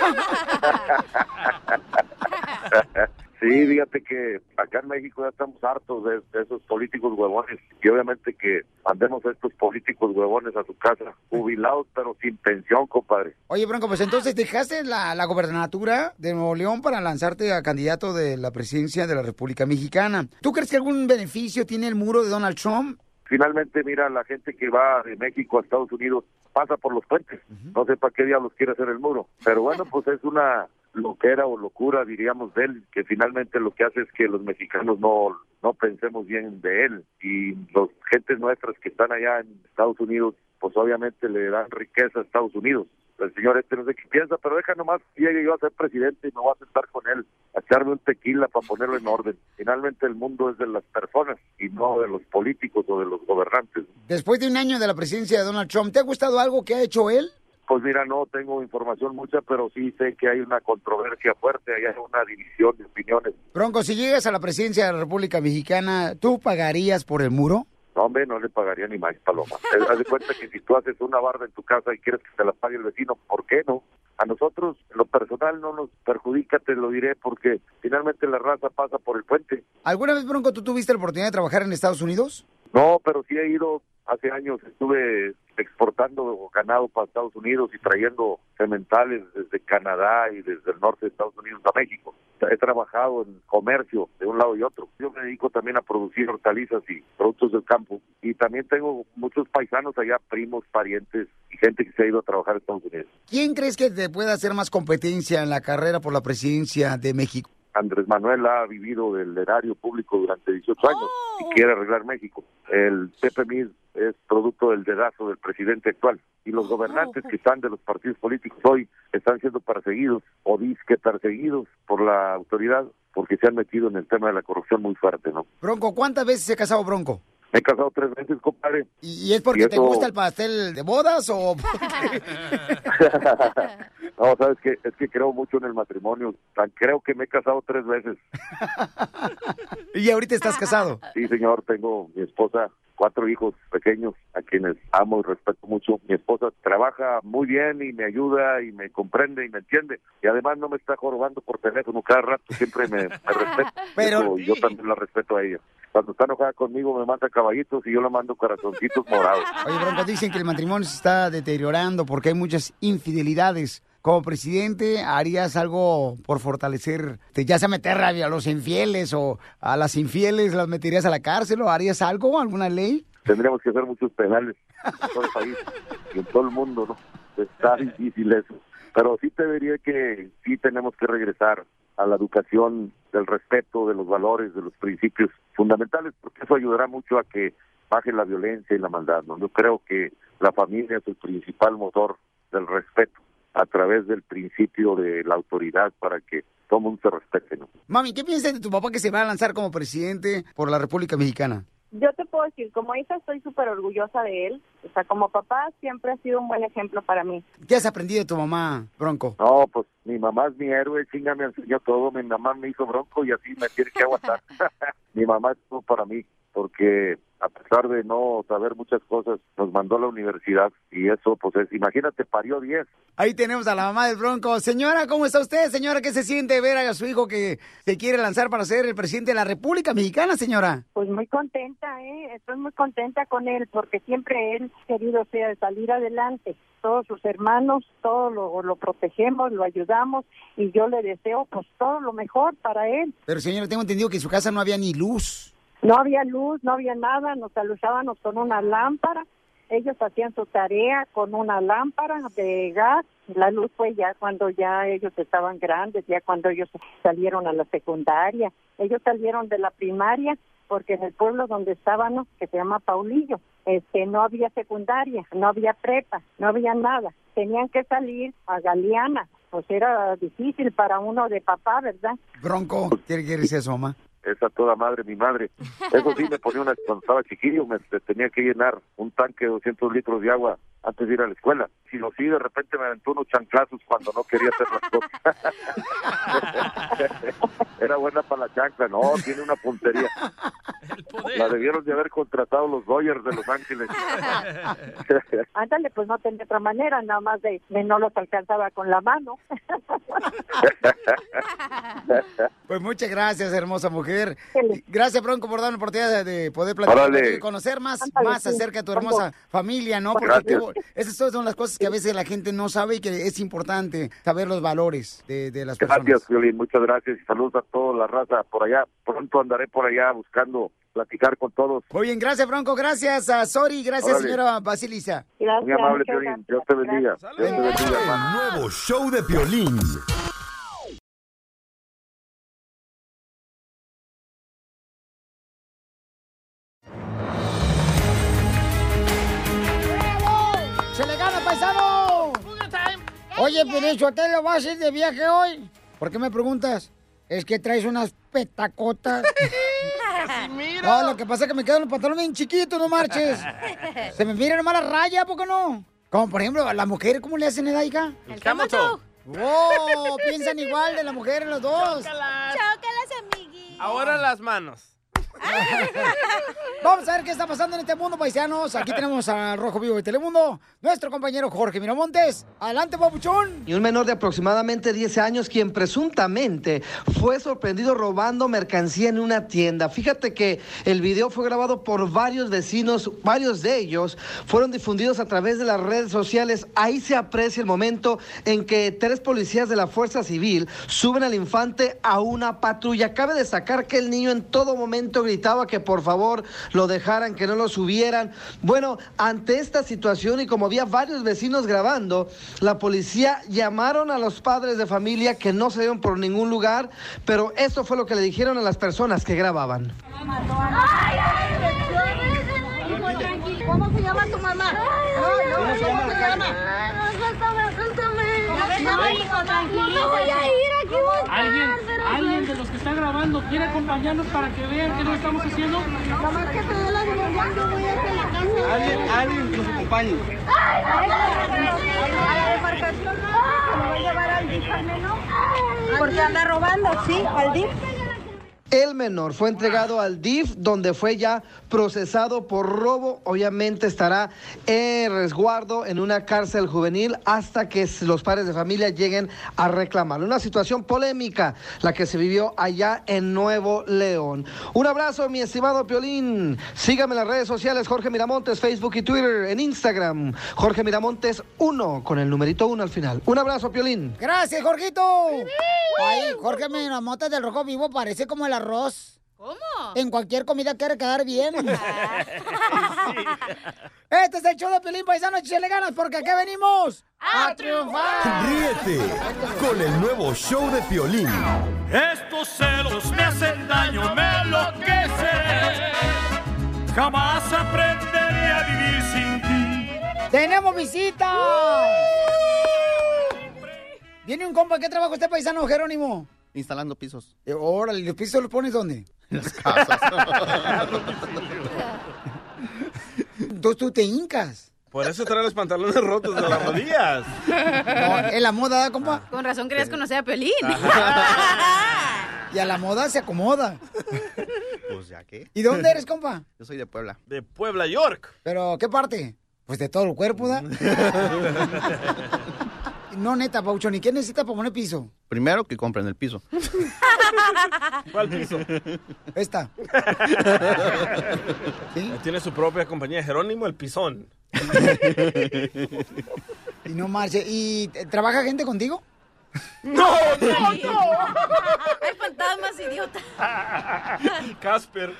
Sí, fíjate que acá en México ya estamos hartos de, de esos políticos huevones y obviamente que mandemos a estos políticos huevones a su casa, jubilados pero sin pensión, compadre. Oye, Bronco, pues entonces dejaste la, la gobernatura de Nuevo León para lanzarte a candidato de la presidencia de la República Mexicana. ¿Tú crees que algún beneficio tiene el muro de Donald Trump? Finalmente, mira, la gente que va de México a Estados Unidos pasa por los puentes. No sé para qué diablos quiere hacer el muro. Pero bueno, pues es una loquera o locura, diríamos, de él, que finalmente lo que hace es que los mexicanos no, no pensemos bien de él. Y los gentes nuestras que están allá en Estados Unidos, pues obviamente le dan riqueza a Estados Unidos. El señor este no sé qué piensa, pero deja nomás que llegue yo a ser presidente y me voy a sentar con él, a echarme un tequila para ponerlo en orden. Finalmente el mundo es de las personas y no de los políticos o de los gobernantes. Después de un año de la presidencia de Donald Trump, ¿te ha gustado algo que ha hecho él? Pues mira, no tengo información mucha, pero sí sé que hay una controversia fuerte, hay una división de opiniones. Bronco, si llegas a la presidencia de la República Mexicana, ¿tú pagarías por el muro? No, hombre, no le pagaría ni más, Paloma. Eh, Haz de cuenta que si tú haces una barda en tu casa y quieres que te la pague el vecino, ¿por qué no? A nosotros, en lo personal, no nos perjudica, te lo diré, porque finalmente la raza pasa por el puente. ¿Alguna vez, Bronco, tú tuviste la oportunidad de trabajar en Estados Unidos? No, pero sí he ido, hace años estuve exportando ganado para Estados Unidos y trayendo sementales desde Canadá y desde el norte de Estados Unidos a México. He trabajado en comercio de un lado y otro. Yo me dedico también a producir hortalizas y productos del campo. Y también tengo muchos paisanos allá, primos, parientes y gente que se ha ido a trabajar a Estados Unidos. ¿Quién crees que te pueda hacer más competencia en la carrera por la presidencia de México? Andrés Manuel ha vivido del erario público durante dieciocho años y quiere arreglar México. El Pepe Mid es producto del dedazo del presidente actual. Y los gobernantes que están de los partidos políticos hoy están siendo perseguidos o disque perseguidos por la autoridad porque se han metido en el tema de la corrupción muy fuerte, ¿no? Bronco, ¿cuántas veces se ha casado Bronco? Me he casado tres veces, compadre. ¿Y, y es porque Y te eso- gusta el pastel de bodas o...? No, sabes que es que creo mucho en el matrimonio. Tan creo que me he casado tres veces. ¿Y ahorita estás casado? Sí, señor, tengo mi esposa, cuatro hijos pequeños a quienes amo y respeto mucho. Mi esposa trabaja muy bien y me ayuda y me comprende y me entiende. Y además no me está jorobando por teléfono cada rato, siempre me, me respeta. Pero- Eso, yo también la respeto a ella. Cuando está enojada conmigo me manda caballitos y yo le mando corazoncitos morados. Oye, Bronco, dicen que el matrimonio se está deteriorando porque hay muchas infidelidades. Como presidente, ¿harías algo por fortalecer, te- ya sea meter rabia a los infieles o a las infieles, las meterías a la cárcel o harías algo, alguna ley? Tendríamos que hacer muchos penales en todo el país. y en todo el mundo, ¿no? Está difícil eso. Pero sí te diría que sí tenemos que regresar a la educación del respeto, de los valores, de los principios fundamentales, porque eso ayudará mucho a que baje la violencia y la maldad, ¿no? Yo creo que la familia es el principal motor del respeto a través del principio de la autoridad para que todo el mundo se respete, ¿no? Mami, ¿qué piensas de tu papá que se va a lanzar como presidente por la República Mexicana? Yo te puedo decir, como hija estoy súper orgullosa de él. O sea, como papá siempre ha sido un buen ejemplo para mí. ¿Qué has aprendido de tu mamá, Bronco? No, pues mi mamá es mi héroe, chinga, me enseñó todo. Mi mamá me hizo Bronco y así me tiene que aguantar. Mi mamá es todo para mí, porque a pesar de no saber muchas cosas, nos mandó a la universidad y eso, pues es, imagínate, parió diez. Ahí tenemos a la mamá del Bronco. Señora, ¿cómo está usted? Señora, ¿qué se siente ver a su hijo que se quiere lanzar para ser el presidente de la República Mexicana, señora? Pues muy contenta, ¿eh? Estoy muy contenta con él porque siempre él ha querido, o sea, salir adelante. Todos sus hermanos, todos lo, lo protegemos, lo ayudamos y yo le deseo pues todo lo mejor para él. Pero señora, tengo entendido que en su casa no había ni luz. No había luz, no había nada, nos alusábamos con una lámpara, ellos hacían su tarea con una lámpara de gas, la luz fue ya cuando ya ellos estaban grandes, ya cuando ellos salieron a la secundaria, ellos salieron de la primaria, porque en el pueblo donde estábamos, que se llama Paulillo, este, no había secundaria, no había prepa, no había nada, tenían que salir a Galeana, pues era difícil para uno de papá, ¿verdad? Bronco, ¿qué quiere decir eso, mamá? Esa toda madre, mi madre. Eso sí, me ponía una, cuando estaba chiquillo, me me tenía que llenar un tanque de doscientos litros de agua antes de ir a la escuela. Si no, sí, de repente me aventó unos chanclazos cuando no quería hacer las cosas. Era buena para la chancla, no, tiene una puntería. La debieron de haber contratado los Dodgers de Los Ángeles. Ándale, pues no tenía otra manera, nada más de, de no los alcanzaba con la mano. Pues muchas gracias, hermosa mujer. Gracias, Bronco, por darme la oportunidad de, de poder platicar y conocer más, Ándale, más sí. acerca de tu hermosa familia, ¿no? Porque Gracias. tú- esas son las cosas que a veces la gente no sabe y que es importante saber los valores de, de las personas. Gracias, Violín, muchas gracias y saludos a toda la raza por allá. Pronto andaré por allá buscando platicar con todos. Muy bien, gracias, Bronco. Gracias a Sori. Gracias, Órale. señora Basilisa. Muy amable, Violín. Dios te bendiga. Dios te bendiga, hermano. El nuevo show de Piolín. ¡Se le gana, paisano! Oye, Pelichotelo, ¿vas a ir de viaje hoy? ¿Por qué me preguntas? Es que traes unas petacotas. No, lo que pasa es que me quedan los pantalones bien chiquitos, no marches. Se me miran nomás la raya, ¿a poco no? Como por ejemplo, a la mujer, ¿cómo le hacen edad, hija? El camacho. ¡Oh! Piensan igual de la mujer los dos. Chócalas. Chócalas, amiguis. Ahora las manos. Vamos a ver qué está pasando en este mundo, paisanos. Aquí tenemos a Rojo Vivo de Telemundo, nuestro compañero Jorge Miramontes. Adelante, papuchón. Y un menor de aproximadamente diez años quien presuntamente fue sorprendido robando mercancía en una tienda. Fíjate que el video fue grabado por varios vecinos, varios de ellos fueron difundidos a través de las redes sociales. Ahí se aprecia el momento en que tres policías de la Fuerza Civil suben al infante a una patrulla. Cabe destacar que el niño en todo momento gritaba que por favor lo dejaran, que no lo subieran. Bueno, ante esta situación y como había varios vecinos grabando, la policía llamaron a los padres de familia que no se dieron por ningún lugar, pero esto fue lo que le dijeron a las personas que grababan. ¿Cómo se llama tu mamá? No, no, ¿cómo se llama? Suéltame, suéltame. No, hijo, tranquilo. No voy a ir, aquí voy a estar, ¿Alguien, pero- alguien de los que está grabando quiere acompañarnos para que vean qué nos estamos haciendo? Nomás que te dé la dirección, yo voy hasta la casa. Alguien, alguien que nos acompañe. Ay, a la demarcación, no, me voy a llevar al D I F al menor. Porque anda robando, sí, al D I F. El menor fue entregado al D I F, donde fue ya procesado por robo. Obviamente estará en resguardo en una cárcel juvenil hasta que los padres de familia lleguen a reclamarlo. Una situación polémica la que se vivió allá en Nuevo León. Un abrazo, mi estimado Piolín. Sígame en las redes sociales, Jorge Miramontes, Facebook y Twitter. En Instagram, Jorge Miramontes uno, con el numerito uno al final. Un abrazo, Piolín. Gracias, Jorgito. Ay, Jorge Miramontes del Rojo Vivo parece como el arroz. ¿Cómo? En cualquier comida quiere quedar bien. Este es el show de Piolín, paisanos, échale ganas, porque aquí venimos a triunfar. Ríete con el nuevo show de Piolín. Estos celos me hacen daño, me enloquecen. Jamás aprenderé a vivir sin ti. ¡Tenemos visita! Viene un compa. ¿Qué trabajo este paisano, Jerónimo? Instalando pisos. Eh, órale, ¿los pisos los pones dónde? En las casas. Entonces tú te hincas. Por eso trae los pantalones rotos de las rodillas. No, es la moda, ¿eh, compa? Con razón querías conocer a Piolín. Y a la moda se acomoda. Pues ya que. ¿Y de dónde eres, compa? Yo soy de Puebla. De Puebla, York. ¿Pero qué parte? Pues de todo el cuerpo, ¿da? No, neta, Pauchón, ¿y qué necesita para poner piso? Primero que compren el piso. ¿Cuál piso? Esta. ¿Sí? Tiene su propia compañía, Jerónimo el Pisón. Y no marche. ¿Y trabaja gente contigo? ¡No, no, no! Hay fantasmas, idiota. Casper.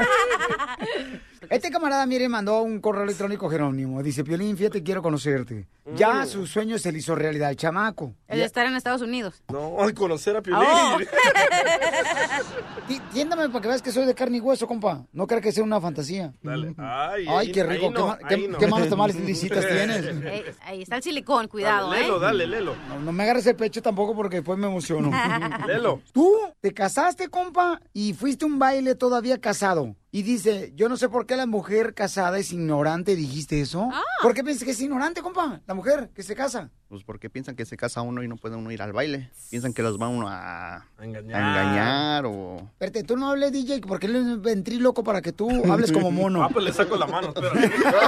Este camarada, mire, mandó un correo electrónico, Jerónimo. Dice, Piolín, fíjate, quiero conocerte. Ya Mm. su sueño se le hizo realidad, el chamaco. El de estar en Estados Unidos. No, al conocer a Piolín. Oh. Ti- Tiéndame para que veas que soy de carne y hueso, compa. No creas que sea una fantasía. Dale. Ay, Ay, ahí- qué rico. ahí no, ¿Qué, ma- ahí qué- no. qué manos tamales lisitas tienes? Eh, ahí está el silicón, cuidado, Dale, lelo, ¿eh? dale, lelo. No, no me agarres el pecho tampoco porque después me emociono. Lelo. Tú te casaste, compa, y fuiste a un baile todavía casado. Y dice, yo no sé por qué la mujer casada es ignorante, ¿dijiste eso? Ah. ¿Por qué piensas que es ignorante, compa? La mujer que se casa. Pues porque piensan que se casa uno y no puede uno ir al baile. Piensan que los va uno a, A a engañar. engañar o... Espérate, tú no hables, D J, porque él es ventríloco para que tú hables como mono. Ah, pues le saco la mano, espera.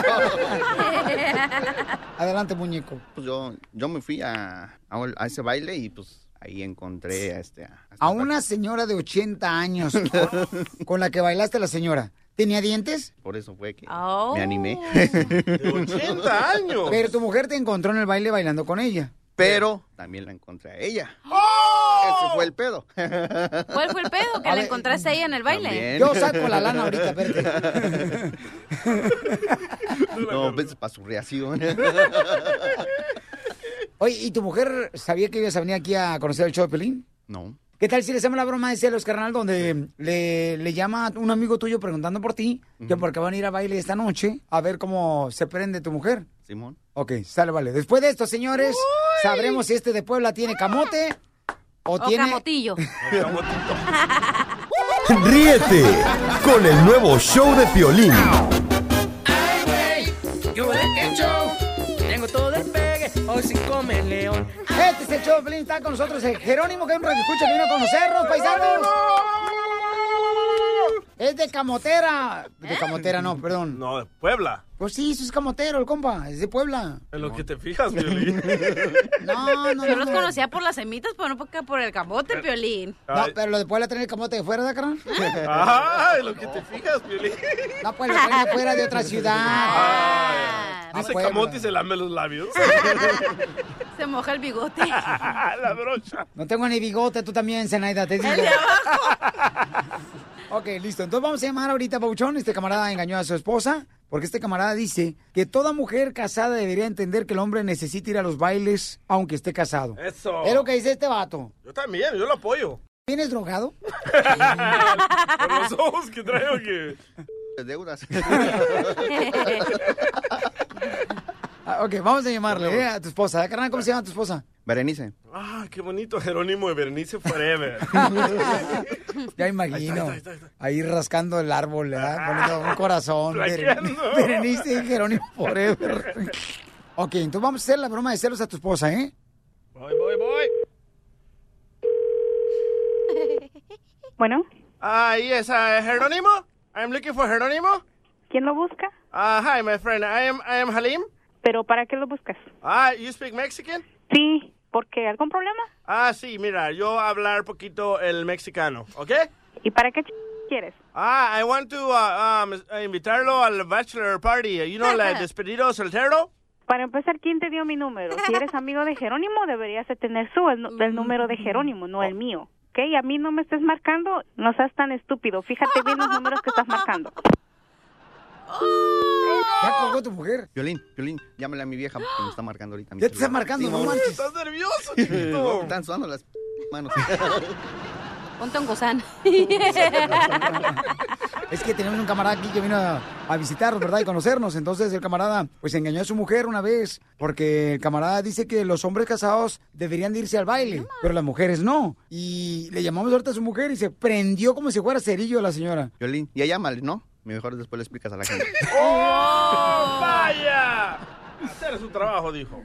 Adelante, muñeco. Pues yo, yo me fui a, a, a ese baile y pues ahí encontré a este... A, A una señora de ochenta años con, con la que bailaste la señora. ¿Tenía dientes? Por eso fue que Oh. me animé. De ochenta años. Pero tu mujer te encontró en el baile bailando con ella. Pero también la encontré a ella. ¡Oh! Ese fue el pedo. ¿Cuál fue el pedo? ¿Que A la ver, encontraste ahí en el baile? También. Yo saco la lana ahorita, espérate. No, ves para su reacción. Oye, ¿y tu mujer sabía que ibas a venir aquí a conocer el show de Pelín? No. ¿Qué tal si le hacemos la broma de celos, carnal, donde le, le llama un amigo tuyo preguntando por ti, que porque van a ir a baile esta noche, a ver cómo se prende tu mujer? Simón. Ok, sale, vale. Después de esto, señores, sabremos si este de Puebla tiene camote o, O tiene... camotillo. Ríete con el nuevo show de Piolín. Yo de qué show, tengo todo el pegue, hoy sí come el león. Este es el show de Pelín, está con nosotros el Jerónimo, que es un radio escucha que vino a conocernos, paisanos. Es de Camotera. De Camotera, no, perdón. No, de Puebla. Pues sí, eso es camotero, el compa, es de Puebla. En lo que te fijas, Piolín. No, no, Yo no. los no. conocía por las semitas, pero no por, por el camote, Piolín. No, pero lo de Puebla traen el camote de fuera, ¿da, carnal? Ay, lo que te fijas, Piolín. No, pues lo traen de fuera de otra ciudad. Ay, dice Ah, Puebla. camote y se lame los labios. Se moja el bigote. La brocha. No tengo ni bigote, tú también, Zenaida, te digo. El de abajo. Ok, listo. Entonces vamos a llamar ahorita a Pauchón. Este camarada engañó a su esposa, porque este camarada dice que toda mujer casada debería entender que el hombre necesita ir a los bailes aunque esté casado. Eso. Es lo que dice este vato. Yo también, yo lo apoyo. ¿Vienes drogado? Por los ojos que traigo que... Deudas. Ah, ok, vamos a llamarle eh, a tu esposa. ¿Eh, carnal? ¿Cómo se llama tu esposa? Berenice. Ah, qué bonito, Jerónimo de Berenice Forever. Ya imagino. Ahí está, ahí está, ahí está. Ahí rascando el árbol, ¿verdad? Poniendo un corazón. Flaqueando. Beren- Berenice y Jerónimo Forever. Ok, entonces vamos a hacer la broma de celos a tu esposa, ¿eh? Voy, voy, voy. Bueno, Ah, yes, uh, Jerónimo? I'm looking for Jerónimo. ¿quién lo busca? Uh, hi, my friend. I am, I am Halim. ¿Pero para qué lo buscas? Ah, you speak Mexican? Sí, ¿por qué? ¿Algún problema? Ah, sí, mira, yo hablar poquito el mexicano, ¿ok? ¿Y para qué ch- quieres? Ah, I want to uh, um, invitarlo al bachelor party. You know, la despedido soltero. Para empezar, ¿quién te dio mi número? Si eres amigo de Jerónimo, deberías de tener su, el, nu- el número de Jerónimo, no el mío. ¿ok? A mí no me estés marcando, no seas tan estúpido. Fíjate bien los números que estás marcando. ¿Ya colgó tu mujer? Violín, Violín, llámale a mi vieja porque me está marcando ahorita. mi ¿Ya te está celular. marcando? Sí, No no, manches. Estás nervioso, no, chiquito. están sudando las manos. Ponte un gozán. Es que tenemos un camarada aquí que vino a, a visitarnos, ¿verdad? Y conocernos. Entonces el camarada, pues engañó a su mujer una vez. Porque el camarada dice que los hombres casados deberían de irse al baile, pero las mujeres no. Y le llamamos ahorita a su mujer y se prendió como si fuera cerillo la señora. Violín, ya llámale, ¿no? Mejor después le explicas a la gente. ¡Oh, vaya! Hacer su trabajo, dijo.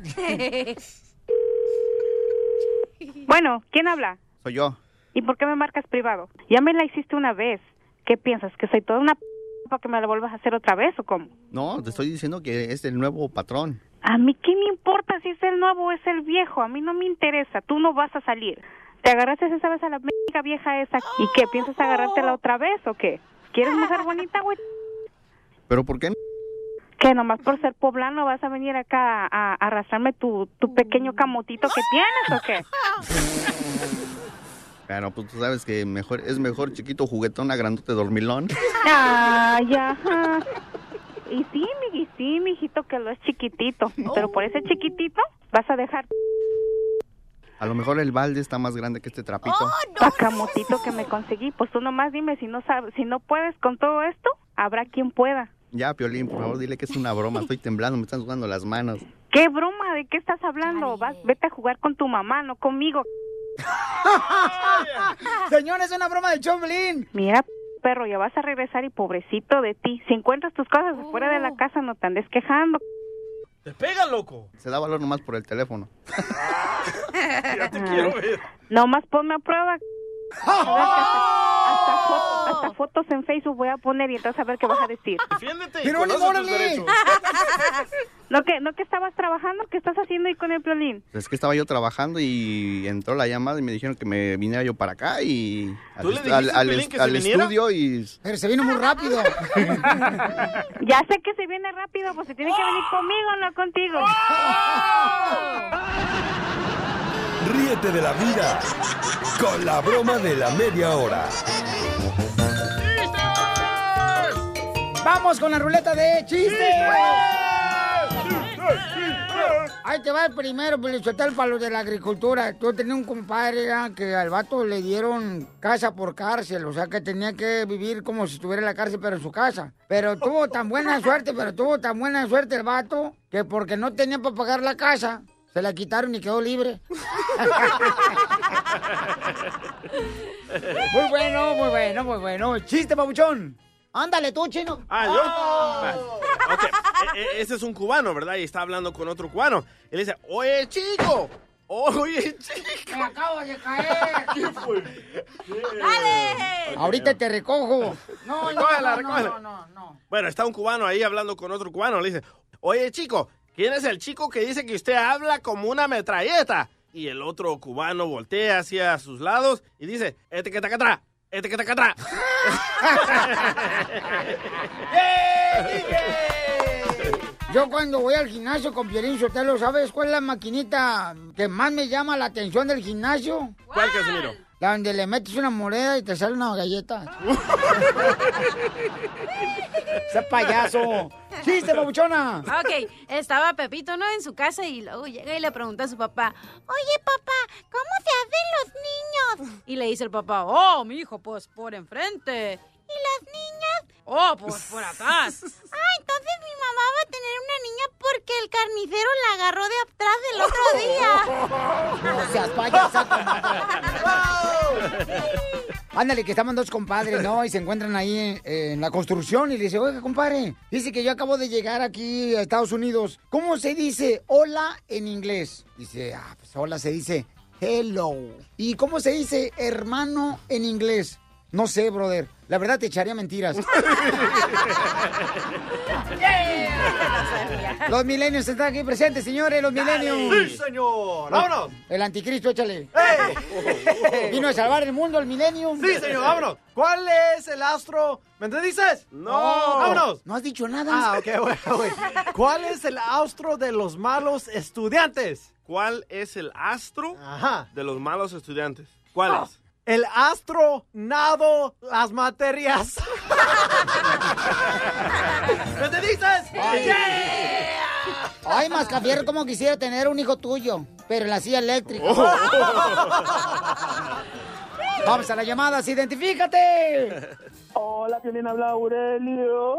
Bueno, ¿quién habla? Soy yo. ¿Y por qué me marcas privado? Ya me la hiciste una vez. ¿Qué piensas? ¿Que soy toda una p para que me la vuelvas a hacer otra vez o cómo? No, te estoy diciendo que es el nuevo patrón. A mí qué me importa si es el nuevo o es el viejo. A mí no me interesa. Tú no vas a salir. ¿Te agarraste esa vez a la m***a vieja esa? ¿Y qué? ¿Piensas agarrártela otra vez o qué? ¿Quieres mujer bonita, güey? ¿Pero por qué? ¿Qué? ¿Nomás por ser poblano vas a venir acá a, a arrastrarme tu, tu pequeño camotito que tienes o qué? Claro, pues tú sabes que mejor es mejor chiquito juguetón a grandote dormilón. Ay, ajá. Y sí, mi, sí, mijito, que lo es chiquitito. Pero por ese chiquitito vas a dejar A lo mejor el balde está más grande que este trapito. camotito que me conseguí. Pues tú nomás dime, si no sabes, si no puedes con todo esto, habrá quien pueda. Ya, Piolín, por favor, dile que es una broma. Estoy temblando, me están sudando las manos. ¿Qué broma? ¿De qué estás hablando? Vas, vete a jugar con tu mamá, no conmigo. Señor, es una broma de Choplin. Mira, perro, ya vas a regresar y pobrecito de ti. Si encuentras tus cosas fuera de la casa, no te andes quejando. ¡Te pega, loco! Se da valor nomás por el teléfono. Ya te quiero ver. Nomás ponme a prueba. A ver, hasta, hasta, fo- hasta fotos en Facebook voy a poner y entonces a ver qué vas a decir. Defiéndete y Pero conoce no, tus órale. derechos. ¿No que, ¿No que estabas trabajando? ¿Qué estás haciendo ahí con el Piolín? Es que estaba yo trabajando y entró la llamada y me dijeron que me viniera yo para acá y ¿Tú al, le est- dijiste al, a al Piolín est- que se al viniera? estudio y... Pero se vino muy rápido. Ya sé que se viene rápido, pues se tiene que venir conmigo, no contigo. Ríete de la vida con la broma de la media hora. Vamos con la ruleta de chistes. Ahí te va el primero, Pelichotel, para los de la agricultura. Tú tenías un compadre ah, que al vato le dieron casa por cárcel, o sea que tenía que vivir como si estuviera en la cárcel, pero en su casa. Pero tuvo tan buena suerte, pero tuvo tan buena suerte el vato, que porque no tenía para pagar la casa, se la quitaron y quedó libre. Muy bueno, muy bueno, muy bueno. Chiste, papuchón. Ándale tú, chino. Ah, ¿yo? Ah, ok, e- e- ese es un cubano, ¿verdad? Y está hablando con otro cubano. Él dice, oye, chico, oye, chico. Me acabo de caer. ¿Qué fue? ¡Dale! Ahorita te recojo. No, no, Recógela, no, recógela. no, no, no. Bueno, está un cubano ahí hablando con otro cubano. Le dice, oye, chico, ¿quién es el chico que dice que usted habla como una metralleta? Y el otro cubano voltea hacia sus lados y dice, este que está acá atrás, este que está acá atrás. Yo cuando voy al gimnasio con Piolín Sotelo, ¿sabes cuál es la maquinita que más me llama la atención del gimnasio? ¿Cuál, Casimiro? La donde le metes una moneda y te sale una galleta. ¡Ese payaso! ¡Chiste, papuchona! Ok, estaba Pepito, ¿no? En su casa y luego llega y le pregunta a su papá, oye, papá, ¿cómo se hacen los niños? Y le dice el papá, oh, mi hijo, pues por enfrente. ¿Y las niñas? Oh, pues por atrás. Ah, entonces mi mamá va a tener una niña porque el carnicero la agarró de atrás del otro día. No seas payasa, comadre. Ándale, que estaban dos compadres, ¿no? Y se encuentran ahí en, en la construcción y le dice, oiga, compadre, dice que yo acabo de llegar aquí a Estados Unidos. ¿Cómo se dice hola en inglés? Dice, ah, pues hola se dice hello. ¿Y cómo se dice hermano en inglés? No sé, brother. La verdad te echaría mentiras. Los milenios están aquí presentes, señores, los milenios. Sí, señor. ¡Vámonos! El anticristo, échale. ¡Ey! Vino a salvar el mundo, el milenio. Sí, señor, vámonos. ¿Cuál es el astro? ¿Me dices? No. ¡Vámonos! No has dicho nada. Ah, ok, bueno, güey. ¿Cuál es el astro de los malos estudiantes? ¿Cuál es el astro Ajá. de los malos estudiantes? ¿Cuál es? El astro, nado, las materias. ¿Qué te dices? Ay, Ay Mascafierro, como quisiera tener un hijo tuyo, pero en la silla eléctrica. Vamos a las llamadas, identifícate. Hola, ¿quién habla? Aurelio.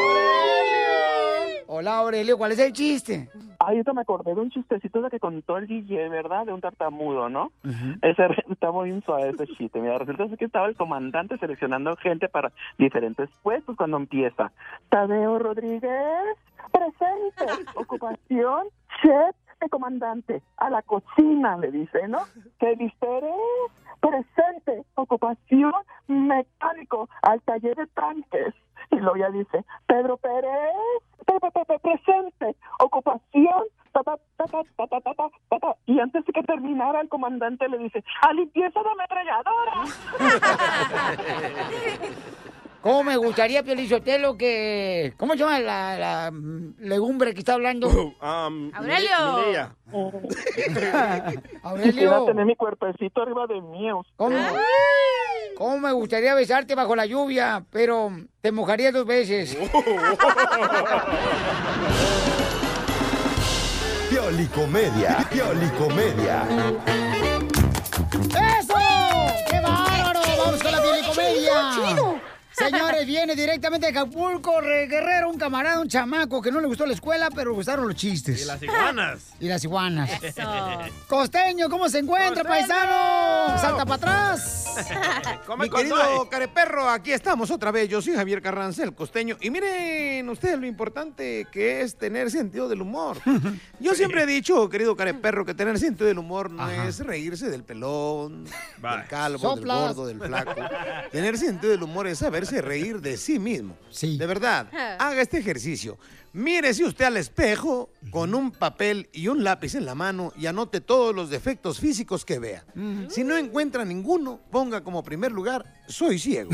Hola, Aurelio, ¿cuál es el chiste? Ay, ahorita me acordé de un chistecito de que contó el D J, ¿verdad? De un tartamudo, ¿no? Uh-huh. Ese está muy suave ese chiste. Mira, resulta que estaba el comandante seleccionando gente para diferentes puestos cuando empieza. Tadeo Rodríguez, presente. Ocupación, chef de comandante. A la cocina, le dice, ¿no? ¿Qué viste? Presente. Ocupación, mecánico. Al taller de tanques. Y luego ya dice, Pedro Pérez, pe, pe, pe, presente, ocupación, ta, ta, ta, ta, ta, ta, ta, ta, ta. Y antes de que terminara, el comandante le dice, a limpieza de ametralladora. ¿Cómo me gustaría, Piolín Sotelo, que... ¿Cómo se llama la, la legumbre que está hablando? Um, ¡Aurelio! Mireia. Aurelio. Quisiera tener mi cuerpecito arriba de mí. ¿Cómo? ¿Cómo me gustaría besarte bajo la lluvia? Pero te mojaría dos veces. Piolicomedia. Piolicomedia. ¡Eso! ¡Qué bárbaro! ¡Vamos con la piolicomedia! ¡Chido! Señores, viene directamente de Acapulco, Guerrero, un camarada, un chamaco que no le gustó la escuela, pero le gustaron los chistes. Y las iguanas. Y las iguanas. Eso. Costeño, ¿cómo se encuentra, ¡Costeño! paisano? ¡Salta para atrás! Mi querido careperro, aquí estamos otra vez. Yo soy Javier Carranza, el costeño. Y miren ustedes lo importante que es tener sentido del humor. Yo sí. siempre he dicho, querido careperro, que tener sentido del humor no Ajá. es reírse del pelón, Bye. del calvo, Soplas. del gordo, del flaco. Tener sentido del humor es saberse reír de sí mismo. Sí. De verdad, haga este ejercicio. Mírese usted al espejo con un papel y un lápiz en la mano y anote todos los defectos físicos que vea. Uh-huh. Si no encuentra ninguno, ponga como primer lugar, soy ciego.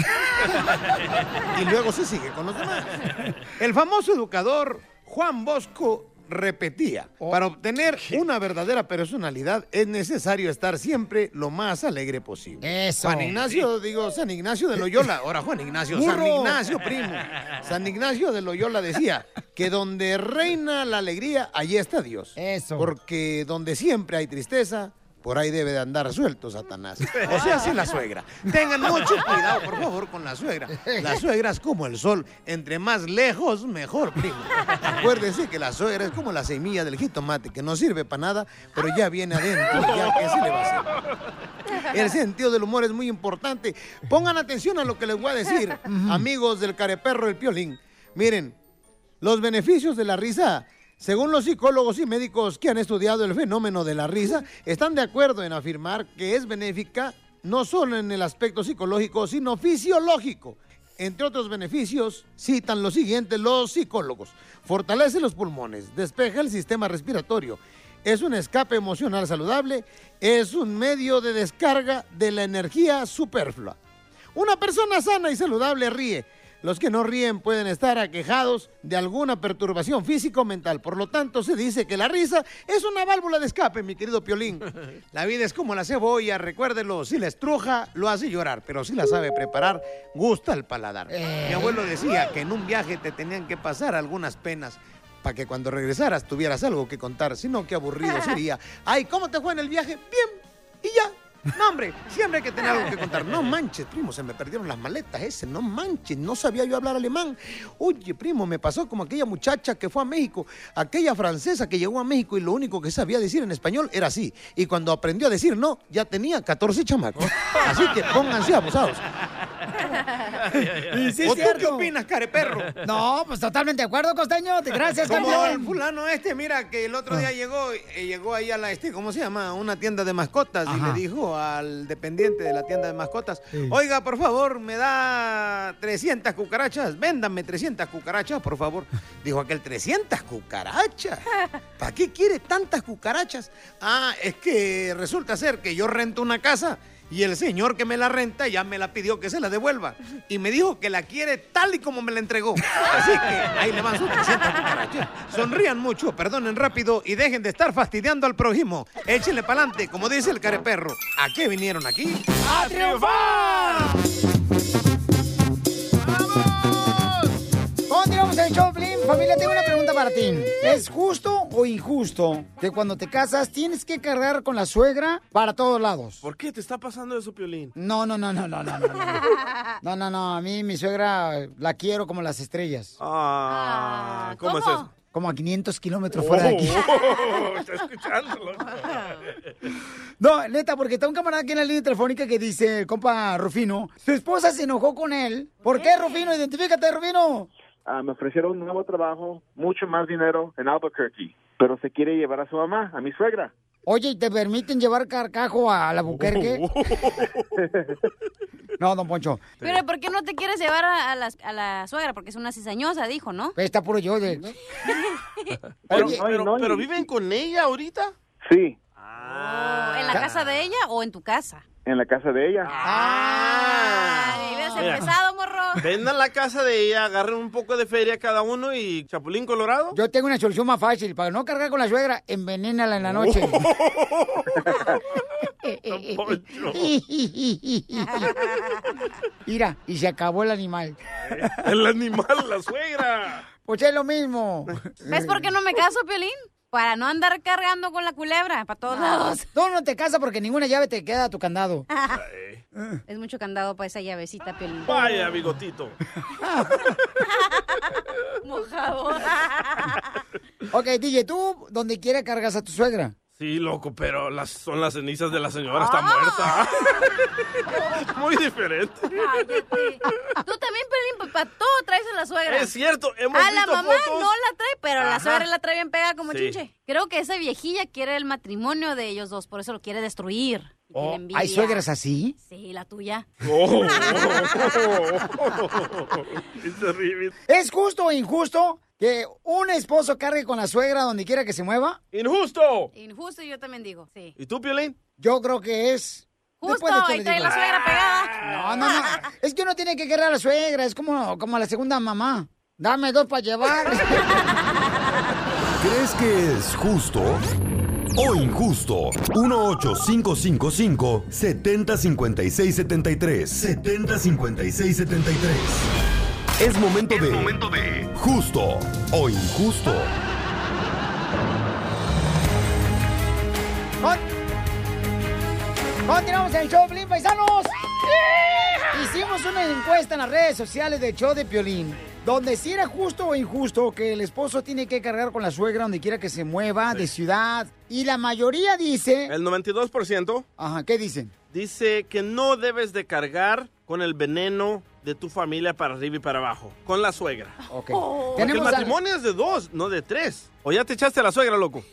Y luego se sigue con los demás. El famoso educador Juan Bosco repetía, oh. para obtener una verdadera personalidad es necesario estar siempre lo más alegre posible. Eso. Juan Ignacio, digo, San Ignacio de Loyola, ahora Juan Ignacio, ¡Burro! San Ignacio, primo. San Ignacio de Loyola decía que donde reina la alegría, allí está Dios. Eso. Porque donde siempre hay tristeza, por ahí debe de andar suelto Satanás. O sea, así la suegra. Tengan mucho cuidado, por favor, con la suegra. La suegra es como el sol. Entre más lejos, mejor, primo. Acuérdense que la suegra es como la semilla del jitomate, que no sirve para nada, pero ya viene adentro. Ya, ¿qué se le va a hacer? El sentido del humor es muy importante. Pongan atención a lo que les voy a decir, amigos del careperro del Piolín. Miren, los beneficios de la risa... Según los psicólogos y médicos que han estudiado el fenómeno de la risa, están de acuerdo en afirmar que es benéfica no solo en el aspecto psicológico, sino fisiológico. Entre otros beneficios, citan lo siguiente los psicólogos. Fortalece los pulmones, despeja el sistema respiratorio, es un escape emocional saludable, es un medio de descarga de la energía superflua. Una persona sana y saludable ríe. Los que no ríen pueden estar aquejados de alguna perturbación físico o mental. Por lo tanto, se dice que la risa es una válvula de escape, mi querido Piolín. La vida es como la cebolla, recuérdelo. Si la estruja, lo hace llorar. Pero si la sabe preparar, gusta el paladar. Eh. Mi abuelo decía que en un viaje te tenían que pasar algunas penas para que cuando regresaras tuvieras algo que contar. Si no, qué aburrido sería. Ay, ¿cómo te fue en el viaje? Bien. Y ya. No, hombre, siempre hay que tener algo que contar. No manches, primo, se me perdieron las maletas ese. No manches, no sabía yo hablar alemán. Oye, primo, me pasó como aquella muchacha que fue a México, aquella francesa que llegó a México y lo único que sabía decir en español era así. Y cuando aprendió a decir no, ya tenía catorce chamacos. Así que pónganse abusados. Y sí, ¿O cierto. tú qué opinas, careperro? No, pues totalmente de acuerdo, costeño. Gracias, Como campeón. el fulano este, mira, que el otro día llegó, eh, llegó ahí a la, este, ¿cómo se llama? Una tienda de mascotas. Ajá. Y le dijo al dependiente de la tienda de mascotas, sí. Oiga, por favor, me da trescientas cucarachas, véndame trescientas cucarachas, por favor. Dijo aquel, ¿trescientas cucarachas? ¿Para qué quiere tantas cucarachas? Ah, es que resulta ser que yo rento una casa Y el señor que me la renta ya me la pidió que se la devuelva. Y me dijo que la quiere tal y como me la entregó. Así que ahí le van sus trescientas cucarachas. Sonrían mucho, perdonen rápido y dejen de estar fastidiando al prójimo. Échenle pa'lante, como dice el careperro. ¿A qué vinieron aquí? ¡A triunfar! Continuamos en el show, Piolín. Familia, tengo una pregunta para ti. ¿Es justo o injusto que cuando te casas tienes que cargar con la suegra para todos lados? ¿Por qué te está pasando eso, Piolín? No, no, no, no, no, no, no. No, no, no. A mí mi suegra la quiero como las estrellas. Ah, ¿cómo, es eso? Como a quinientos kilómetros fuera de aquí. Oh, está escuchándolo. No, neta, porque está un camarada aquí en la línea telefónica que dice, el compa Rufino, su esposa se enojó con él. ¿Por qué, Rufino? Identifícate, Rufino. Uh, me ofrecieron un nuevo trabajo, mucho más dinero en Albuquerque, pero se quiere llevar a su mamá, a mi suegra. Oye, ¿y te permiten llevar carcajo a Albuquerque? No, don Poncho. Pero ¿por qué no te quieres llevar a, a, la, a la suegra? Porque es una cizañosa, dijo, ¿no? Está puro yo. De... pero, Oye, pero, no, pero y- ¿viven con ella ahorita? Sí, Oh, ¿en la casa de ella o en tu casa? en la casa de ella. Ay, hubieras Mira. empezado, morro. Vendan la casa de ella, agarren un poco de feria cada uno y Chapulín Colorado. Yo tengo una solución más fácil. Para no cargar con la suegra, envenénala en la noche. Mira, y se acabó el animal. El animal, la suegra. Pues es lo mismo. ¿Ves por qué no me caso, Piolín? Para no andar cargando con la culebra para todos lados. Tú no te casas porque ninguna llave te queda a tu candado. Es mucho candado para esa llavecita, Piolín. Vaya, bigotito. Mojado. Ok, D J, ¿tú donde quiera cargas a tu suegra? Sí, loco, pero las, son las cenizas de la señora, está muerta. Muy diferente. Cállate. Tú también, Piolín, para todo traes a la suegra. Es cierto, hemos A la visto mamá fotos. no la trae, pero la Ajá. suegra la trae bien pegada como Sí. chinche. Creo que esa viejilla quiere el matrimonio de ellos dos, por eso lo quiere destruir. Y tiene envidia. ¿Hay suegras así? Sí, la tuya. Oh. Es terrible. ¿Es justo o injusto que un esposo cargue con la suegra donde quiera que se mueva? ¡Injusto! Injusto, yo también digo, sí. ¿Y tú, Piolín? Yo creo que es... Justo, Después de esto y le trae digo. la suegra pegada. No, no, no. Es que uno tiene que querer a la suegra. Es como, como a la segunda mamá. Dame dos para llevar. ¿Crees que es justo o injusto? uno ocho cinco cinco cinco, siete cero cinco seis siete tres. siete cero cinco seis siete tres. Es momento de... momento de... justo o injusto. Continuamos en el show de Piolín, paisanos. Hicimos una encuesta en las redes sociales del show de Piolín, donde si era justo o injusto que el esposo tiene que cargar con la suegra donde quiera que se mueva, de ciudad. Y la mayoría dice... El noventa y dos por ciento. Ajá, ¿qué dicen? Dice que no debes de cargar con el veneno de tu familia para arriba y para abajo, con la suegra. Ok. Porque el Tenemos a- matrimonio es de dos, no de tres. O ya te echaste a la suegra, loco.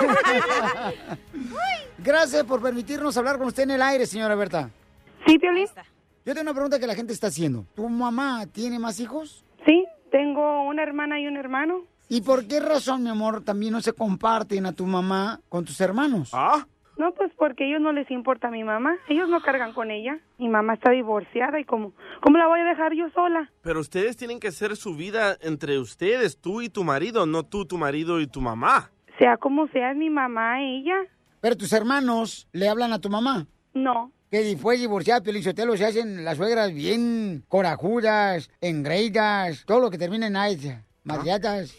Gracias por permitirnos hablar con usted en el aire, señora Berta. Sí, Piolín. Yo tengo una pregunta que la gente está haciendo. ¿Tu mamá tiene más hijos? Sí, tengo una hermana y un hermano. ¿Y por qué razón, mi amor, también no se comparten a tu mamá con tus hermanos? ¿Ah? No, pues porque a ellos no les importa a mi mamá. Ellos no cargan con ella. Mi mamá está divorciada y ¿cómo, cómo la voy a dejar yo sola? Pero ustedes tienen que hacer su vida entre ustedes, tú y tu marido, no tú, tu marido y tu mamá. Sea como sea, es mi mamá, ella. Pero tus hermanos le hablan a tu mamá. No. Que después de divorciar, Piolichotelo, se hacen las suegras bien corajudas, engreídas, todo lo que termina en AIDS, madriatas.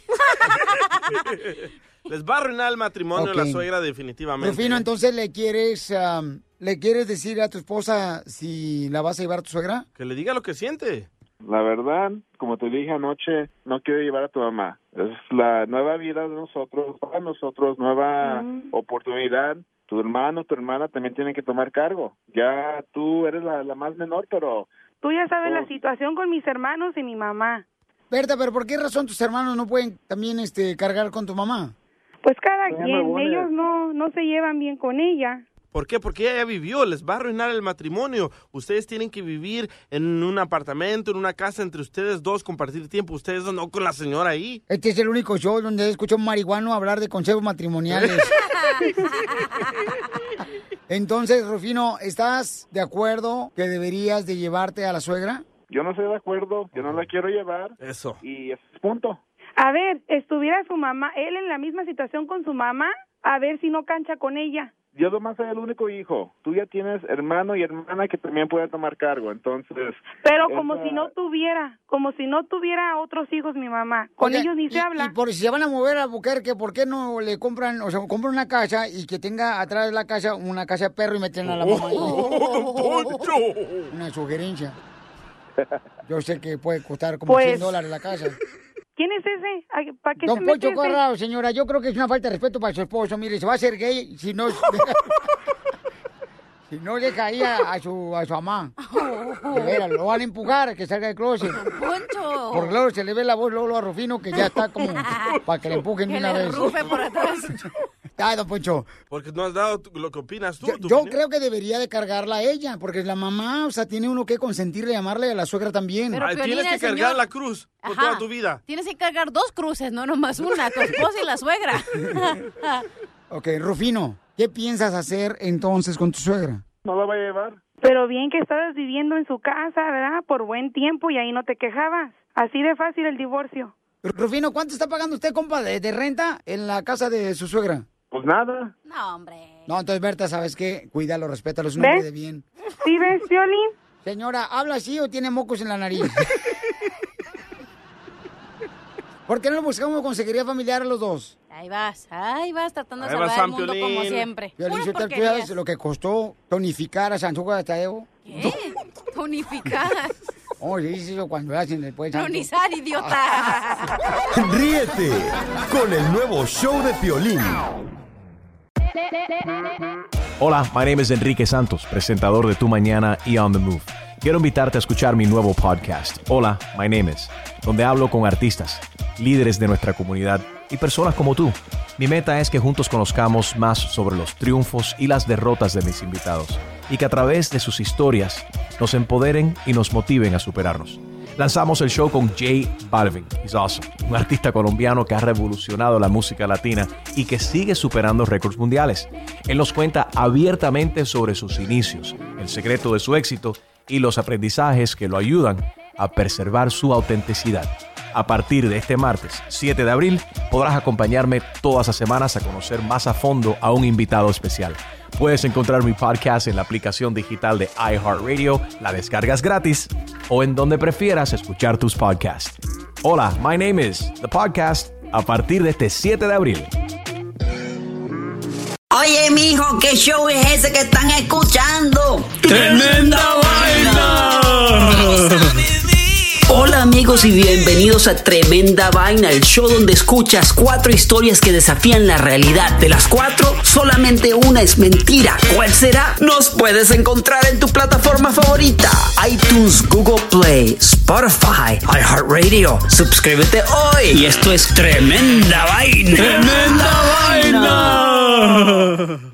Les va a arruinar el matrimonio Ok. la suegra definitivamente. Rufino, entonces le quieres, am, le quieres decir a tu esposa si la vas a llevar a tu suegra? Que le diga lo que siente. La verdad, como te dije anoche, no quiero llevar a tu mamá. Es la nueva vida de nosotros, para nosotros, nueva Mm. oportunidad. Tu hermano, tu hermana también tienen que tomar cargo. Ya tú eres la, la más menor, pero... Tú ya sabes Oh. la situación con mis hermanos y mi mamá. Berta, pero ¿por qué razón tus hermanos no pueden también este, cargar con tu mamá? Pues cada Ya me quien, voy. ellos no, no se llevan bien con ella. ¿Por qué? Porque ella ya vivió, les va a arruinar el matrimonio. Ustedes tienen que vivir en un apartamento, en una casa entre ustedes dos, compartir tiempo. Ustedes no con la señora ahí. Este es el único show donde escucho a un marihuano hablar de consejos matrimoniales. Entonces, Rufino, ¿estás de acuerdo que deberías de llevarte a la suegra? Yo no estoy de acuerdo, yo no la quiero llevar. Eso. Y es punto. A ver, estuviera su mamá, él en la misma situación con su mamá, a ver si no cancha con ella. Yo nomás soy el único hijo. Tú ya tienes hermano y hermana que también pueden tomar cargo, entonces... Pero como esa- si no tuviera, como si no tuviera otros hijos mi mamá. Con Oye, ellos ni y, se habla. Y por si se van a mover a Albuquerque, ¿por qué no le compran, o sea, compran una casa y que tenga atrás de la casa una casa de perro y meten a la mamá ahí? Una sugerencia. Yo sé que puede costar como Pues, cien dólares la casa. ¿Quién es ese? Ay, ¿para qué Don se mete Poncho ese? Corrado, señora, yo creo que es una falta de respeto para su esposo. Mire, se va a hacer gay si no... si no deja ahí a, a su, a su mamá. De veras, lo van a empujar, que salga del closet. Poncho. Porque luego se le ve la voz luego a Rufino, que ya está como para que le empujen de Que una le vez. rufe por atrás. Ay, don Poncho. Porque no has dado tu- lo que opinas tú. Yo, tu yo opinión. creo que debería de cargarla a ella, porque es la mamá, o sea, tiene uno que consentirle, llamarle a la suegra también. Pero, Ay, Piolín, tienes que el cargar señor- la cruz por Ajá. toda tu vida. Tienes que cargar dos cruces, no nomás una, tu esposa y la suegra. Ok, Rufino, ¿qué piensas hacer entonces con tu suegra? ¿No la va a llevar? Pero bien que estabas viviendo en su casa, ¿verdad? Por buen tiempo y ahí no te quejabas. Así de fácil el divorcio. Rufino, ¿cuánto está pagando usted, compa, de, de renta en la casa de su suegra? Pues nada. No, hombre. No, entonces, Berta, ¿sabes qué? Cuídalo, respétalo, es un hombre ¿Ves? de bien. ¿Sí ves, Piolín? Señora, ¿habla así o tiene mocos en la nariz? ¿Por qué no buscamos consejería familiar a los dos? Ahí vas, ahí vas tratando de Ahí va salvar el San mundo Piolín. como siempre. Piolín, Puras ¿tú sabes porquerías. lo que costó tonificar a Santuca de Tadeo? ¿Qué? Tonificar. Oh, se dice eso cuando hacen después. Tonizar, idiota. Ríete con el nuevo show de Piolín. Hola, my name is Enrique Santos, presentador de Tu Mañana y On The Move. Quiero invitarte a escuchar mi nuevo podcast, Hola, my name is, donde hablo con artistas, líderes de nuestra comunidad y personas como tú. Mi meta es que juntos conozcamos más sobre los triunfos y las derrotas de mis invitados y que a través de sus historias nos empoderen y nos motiven a superarnos. Lanzamos el show con J Balvin, he's awesome, un artista colombiano que ha revolucionado la música latina y que sigue superando récords mundiales. Él nos cuenta abiertamente sobre sus inicios, el secreto de su éxito y los aprendizajes que lo ayudan a preservar su autenticidad. A partir de este martes, siete de abril, podrás acompañarme todas las semanas a conocer más a fondo a un invitado especial. Puedes encontrar mi podcast en la aplicación digital de iHeartRadio, la descargas gratis, o en donde prefieras escuchar tus podcasts. Hola, my name is The Podcast, a partir de este siete de abril. Oye, mijo, ¿qué show es ese que están escuchando? ¡Tremenda Vaina! Hola amigos y bienvenidos a Tremenda Vaina, el show donde escuchas cuatro historias que desafían la realidad. De las cuatro, solamente una es mentira. ¿Cuál será? Nos puedes encontrar en tu plataforma favorita: iTunes, Google Play, Spotify, iHeartRadio. Suscríbete hoy. Y esto es Tremenda Vaina. ¡Tremenda Vaina!